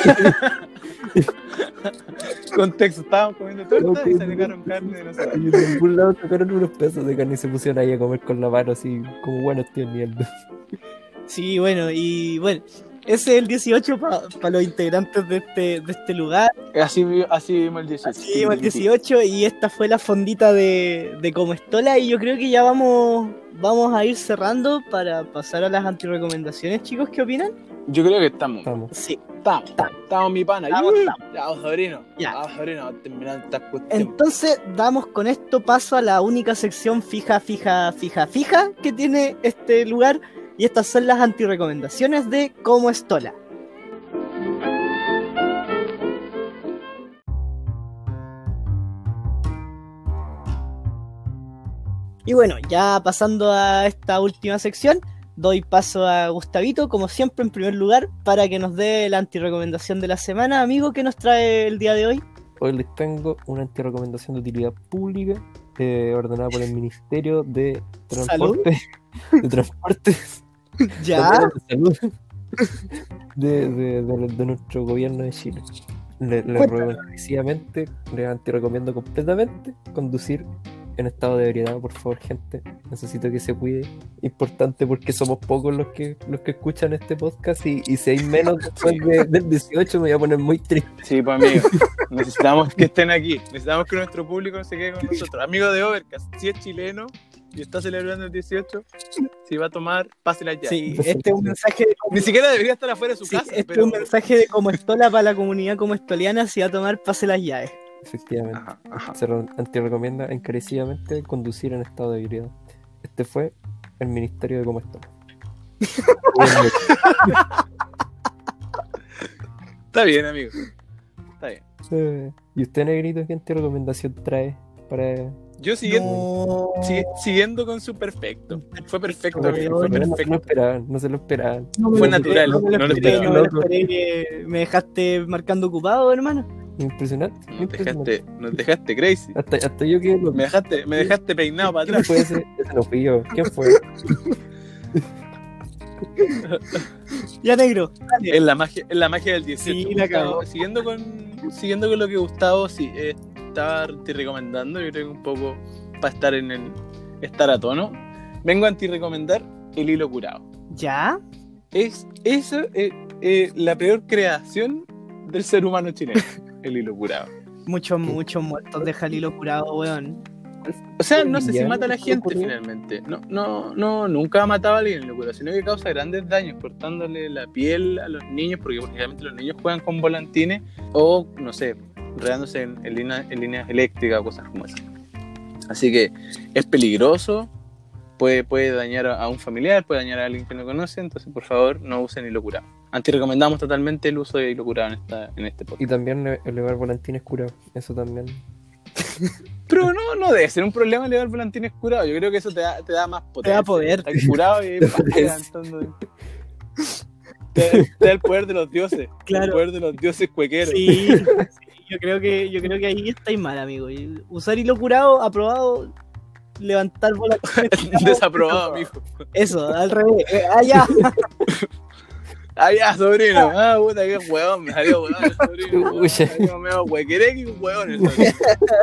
C: Contexto, estábamos comiendo torta y sacaron carne de nosotros.
B: Y de algún lado sacaron unos pedazos de carne y se pusieron ahí a comer con la mano, así como buenos tíos Nivaldo.
A: Sí, bueno, y bueno, ese es el dieciocho para pa los integrantes de este, de este lugar.
C: Así, así vimos el dieciocho.
A: Así vimos el dieciocho y esta fue la fondita de, de Como Estola y yo creo que ya vamos, vamos a ir cerrando para pasar a las antirecomendaciones, chicos, ¿qué opinan?
C: Yo creo que estamos.
B: Estamos.
A: Sí.
C: Estamos, estamos, estamos mi pana.
A: Estamos, estamos.
C: Ya, sobrino.
A: Ya.
C: Ya, sobrino, terminando esta cuestión.
A: Entonces, damos con esto paso a la única sección fija, fija, fija, fija que tiene este lugar. Y estas son las antirecomendaciones de Como Estola. Y bueno, ya pasando a esta última sección, doy paso a Gustavito, como siempre, en primer lugar, para que nos dé la antirecomendación de la semana. Amigo, ¿qué nos trae el día de hoy?
B: Hoy les tengo una antirecomendación de utilidad pública eh, ordenada por el Ministerio de Transporte. ¿Salud? De Transportes.
A: Ya.
B: De, salud, de, de, de, de nuestro gobierno de Chile. Les le ruego encarecidamente, les antirecomiendo completamente conducir en estado de ebriedad, por favor, gente. Necesito que se cuide. Importante porque somos pocos los que los que escuchan este podcast y, y si hay menos después de, del dieciocho me voy a poner muy triste.
C: Sí, pues amigo, necesitamos que estén aquí. Necesitamos que nuestro público se quede con nosotros. Amigo de Overcast, si es chileno y está celebrando el dieciocho, si va a tomar, pase la llave.
A: Sí, este es un mensaje de como...
C: Ni siquiera debería estar afuera de su
A: sí,
C: casa.
A: Este
C: pero...
A: es un mensaje de Como Estola para la comunidad como estoliana, si va a tomar, pase las llaves.
B: Efectivamente.
C: Ajá, ajá.
B: Se anti-recomienda encarecidamente conducir en estado de ebriedad. Este fue el Ministerio de Como Estola.
C: Está bien, amigo. Está bien.
B: Eh, ¿Y usted, Negrito, qué anti-recomendación trae para...?
C: Yo siguiendo,
A: No.
C: sigue, siguiendo con su perfecto. Fue perfecto,
B: No,
C: amigo, fue
B: no, no,
C: perfecto.
B: no esperaban, no se lo esperaban.
A: No me
C: Fue
A: lo
C: natural,
A: esperé, no me lo
C: no lo
A: esperé,
C: esperaba.
A: no me lo esperé, que me dejaste marcando ocupado, hermano.
B: Impresionante.
C: Nos
B: impresionante.
C: dejaste, nos dejaste crazy.
B: Hasta, hasta yo que lo...
C: Me dejaste, me dejaste peinado para
B: ¿Quién
C: atrás.
B: fue ese? Ese no fui yo. ¿Quién fue?
A: Ya, negro, dale.
C: Es la magia, es la magia del dieciocho.
A: Sí, la
C: Gustavo,
A: cagó.
C: siguiendo con siguiendo con lo que Gustavo sí, eh, estaba te recomendando, yo creo que un poco para estar en el estar a tono. Vengo a anti recomendar El Hilo Curado.
A: ¿Ya?
C: Es eso eh, eh, la peor creación del ser humano chileno, el hilo curado.
A: Muchos, muchos muertos deja el hilo curado, weón.
C: O sea, no sé si mata a la gente finalmente. No, no, no, nunca ha matado a alguien en locura, sino que causa grandes daños cortándole la piel a los niños, porque generalmente los niños juegan con volantines o, no sé, enredándose en, en, línea, en líneas eléctricas o cosas como esas. Así que es peligroso, puede, puede dañar a un familiar, puede dañar a alguien que no conoce, entonces por favor no usen hilo curado. Antirrecomendamos totalmente el uso de hilo curado en, esta, en este podcast.
B: Y también elevar volantines curados, eso también.
C: Pero no, no debe ser un problema elevar volantines curados. Yo creo que eso te da, te da más potencia.
A: Te da poder.
C: Estás curado y vas levantando. Te, te da el poder de los dioses.
A: Claro.
C: El poder de los dioses cuequeros.
A: Sí, sí, yo creo que yo creo que ahí estáis mal, amigo. Usar hilo curado, aprobado. Levantar volantines.
C: Desaprobado, amigo.
A: Eso, al revés. Eh, allá.
C: Ah, ya, sobrino. Ah, puta, qué huevón. Me salió huevón el sobrino. Me salió medio huequereque y un huevón el sobrino.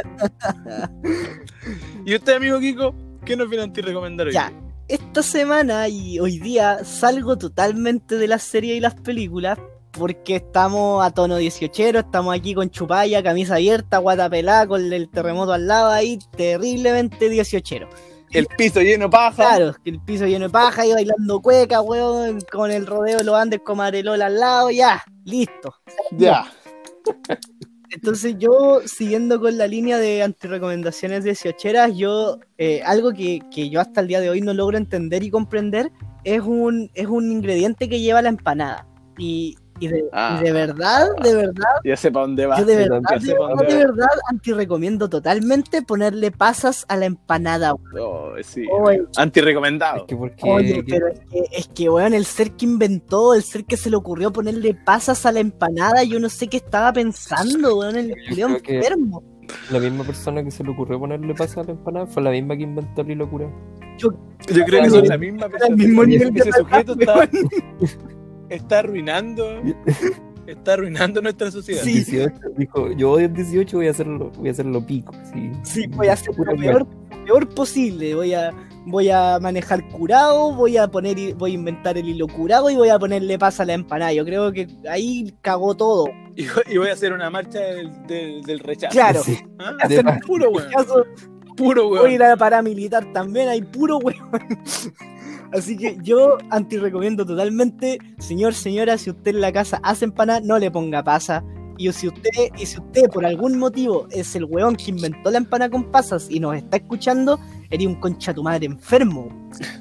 C: ¿Y usted, amigo Kiko, qué nos viene a ti recomendar hoy?
A: Ya, esta semana y hoy día salgo totalmente de las series y las películas porque estamos a tono dieciochero, estamos aquí con chupalla, camisa abierta, guata pelada, con el terremoto al lado ahí, terriblemente dieciochero.
C: El piso lleno de paja.
A: Claro, el piso lleno de paja y bailando cueca, weón, con el rodeo de los Andes con Marelola al lado, ya, listo.
C: Ya.
A: Entonces yo, siguiendo con la línea de antirecomendaciones dieciocheras, yo, eh, algo que, que yo hasta el día de hoy no logro entender y comprender, es un, es un ingrediente que lleva la empanada. Y, y, de,
C: Ah.
A: y de verdad, de verdad,
C: Ya sé para dónde va.
A: yo de
B: sí,
A: verdad,
C: ya
A: de
C: sé pa'
A: verdad,
C: dónde
A: de
C: va.
A: verdad, antirecomiendo totalmente ponerle pasas a la empanada.
C: Oh, sí.
A: Oye.
C: Antirrecomendado.
B: Es que porque
A: Oye, pero es que, es que, weón, el ser que inventó, el ser que se le ocurrió ponerle pasas a la empanada, yo no sé qué estaba pensando, weón, el
B: Yo
A: culiao
B: creo que-
A: enfermo.
B: la misma persona que se le ocurrió ponerle pasas a la empanada fue la misma que inventó el hilo curado.
C: Yo creo que son la misma persona.
A: mismo nivel de
C: Ese sujeto está,
A: weón.
C: está arruinando, está arruinando nuestra sociedad.
A: Sí.
B: dieciocho, dijo, yo odio el dieciocho, voy a hacerlo, voy a hacerlo pico. Sí,
A: Sí, voy a hacer
B: Pura
A: lo peor, peor posible. Voy a, voy a manejar curado, voy a poner, voy a inventar el hilo curado y voy a ponerle pasa a la empanada. Yo creo que ahí cagó todo.
C: Y, y voy a hacer una marcha del, del, del rechazo.
A: Claro.
B: Sí.
C: ¿Ah?
B: De
A: Hacer
B: más.
C: Puro weón.
A: caso,
C: Puro
A: voy a
C: weón.
A: ir a la paramilitar también, hay puro weón. Así que yo anti-recomiendo totalmente, señor, señora, si usted en la casa hace empanada, no le ponga pasa. Y si usted, y si usted por algún motivo es el weón que inventó la empanada con pasas y nos está escuchando, eres un concha tu madre enfermo.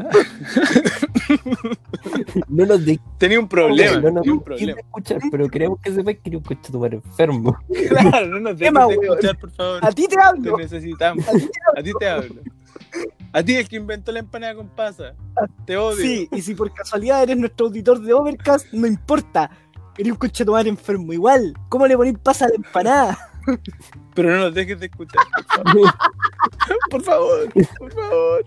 B: No nos de
C: Tenía un problema.
B: no nos
C: tenía un
B: dejes de
C: problema.
B: escuchar, pero queremos que sepáis que eres un coche tu madre enfermo.
C: Claro, no nos dejes
A: Tema,
C: de
A: weón.
C: escuchar, por favor.
A: A ti te
C: Te
A: hablo.
C: necesitamos. A ti te hablo. A ti el que inventó la empanada con pasa. Te odio.
A: Sí, y si por casualidad eres nuestro auditor de Overcast, no importa. Eres un concha tu madre enfermo igual. ¿Cómo le ponéis pasa a la empanada?
C: Pero no nos dejes de escuchar. Por favor. Por favor.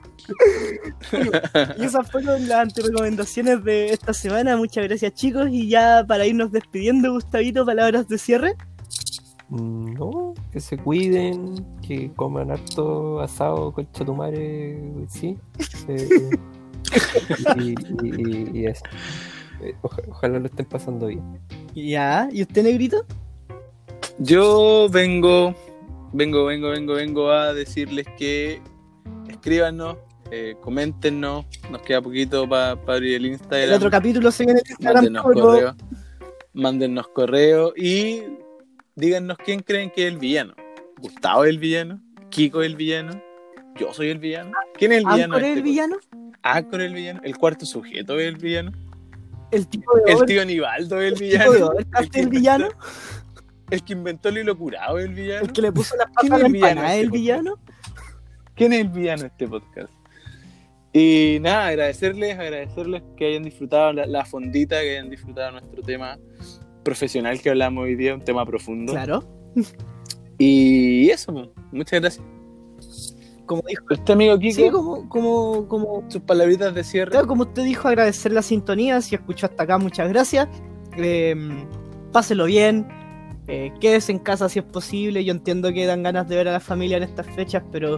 A: Y esas fueron las antirecomendaciones de esta semana. Muchas gracias, chicos. Y ya para irnos despidiendo, Gustavito, palabras de cierre.
B: Mm, No, que se cuiden, que coman harto asado, concha tu madre, sí. Eh, y, y- y- y eso. Eh, oja- ojalá lo estén pasando bien.
A: Ya, ¿y usted, negrito?
C: Yo vengo, vengo, vengo, vengo, vengo a decirles que escríbanos, eh, coméntenos, nos queda poquito para abrir el Instagram.
A: El otro capítulo se viene en el Instagram.
C: Mándennos
A: pero-
C: correo, mándennos correo y díganos quién creen que es el villano. ¿Gustavo es el villano? ¿Kiko es el villano? ¿Yo soy el villano? ¿Quién es el villano?
A: ¿Anchor
C: de
A: es el
C: este
A: villano?
C: podcast? ¿Anchor es el villano? ¿El cuarto sujeto es el villano?
A: ¿El tipo de
C: ¿El
A: Over-
C: tío Nivaldo es el
A: el tipo
C: villano?
A: de Overcast es el villano?
C: ¿El que inventó el hilo curado es el villano?
A: ¿El que le puso la
C: ¿Quién
A: pasa a
C: es
A: la
C: el villano
A: empanada
C: de
A: es el
C: este
A: villano?
C: ¿Quién es el villano de este podcast? Y nada, agradecerles, agradecerles que hayan disfrutado la, la fondita, que hayan disfrutado nuestro tema profesional que hablamos hoy día, un tema profundo.
A: Claro.
C: Y eso, pues, muchas gracias.
A: Como dijo.
C: Este amigo Kiko,
A: Sí, como, como, como,
C: sus palabritas de cierre.
A: claro, como usted dijo, agradecer la sintonía. Si escuchó hasta acá, muchas gracias. Eh, páselo bien. Eh, quédese en casa si es posible. Yo entiendo que dan ganas de ver a la familia en estas fechas, pero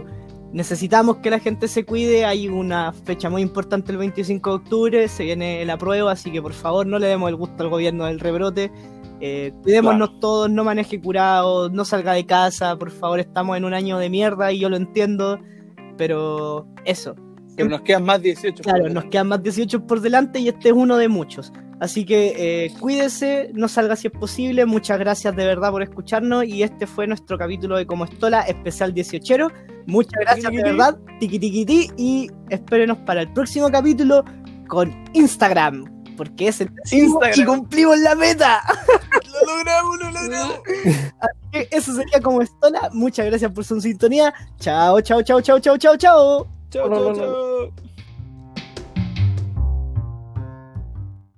A: necesitamos que la gente se cuide. Hay una fecha muy importante el veinticinco de octubre, se viene la prueba, así que por favor no le demos el gusto al gobierno del rebrote. Eh, cuidémonos claro. todos, no maneje curado, no salga de casa, por favor, estamos en un año de mierda y yo lo entiendo, pero eso.
C: Pero nos quedan más dieciocho.
A: Claro, nos quedan más dieciocho por delante y este es uno de muchos. Así que eh, cuídese, no salga si es posible. Muchas gracias de verdad por escucharnos y este fue nuestro capítulo de Como Estola especial dieciochero. Muchas gracias de verdad, tiqui tiqui ti, y espérenos para el próximo capítulo con Instagram, porque es el Instagram y cumplimos la meta.
C: Lo logramos, lo logramos.
A: Así que eso sería Como Estola. Muchas gracias por su sintonía. Chao, chao, chao, chao, chao, chao, chao.
C: Chao, chao, chao.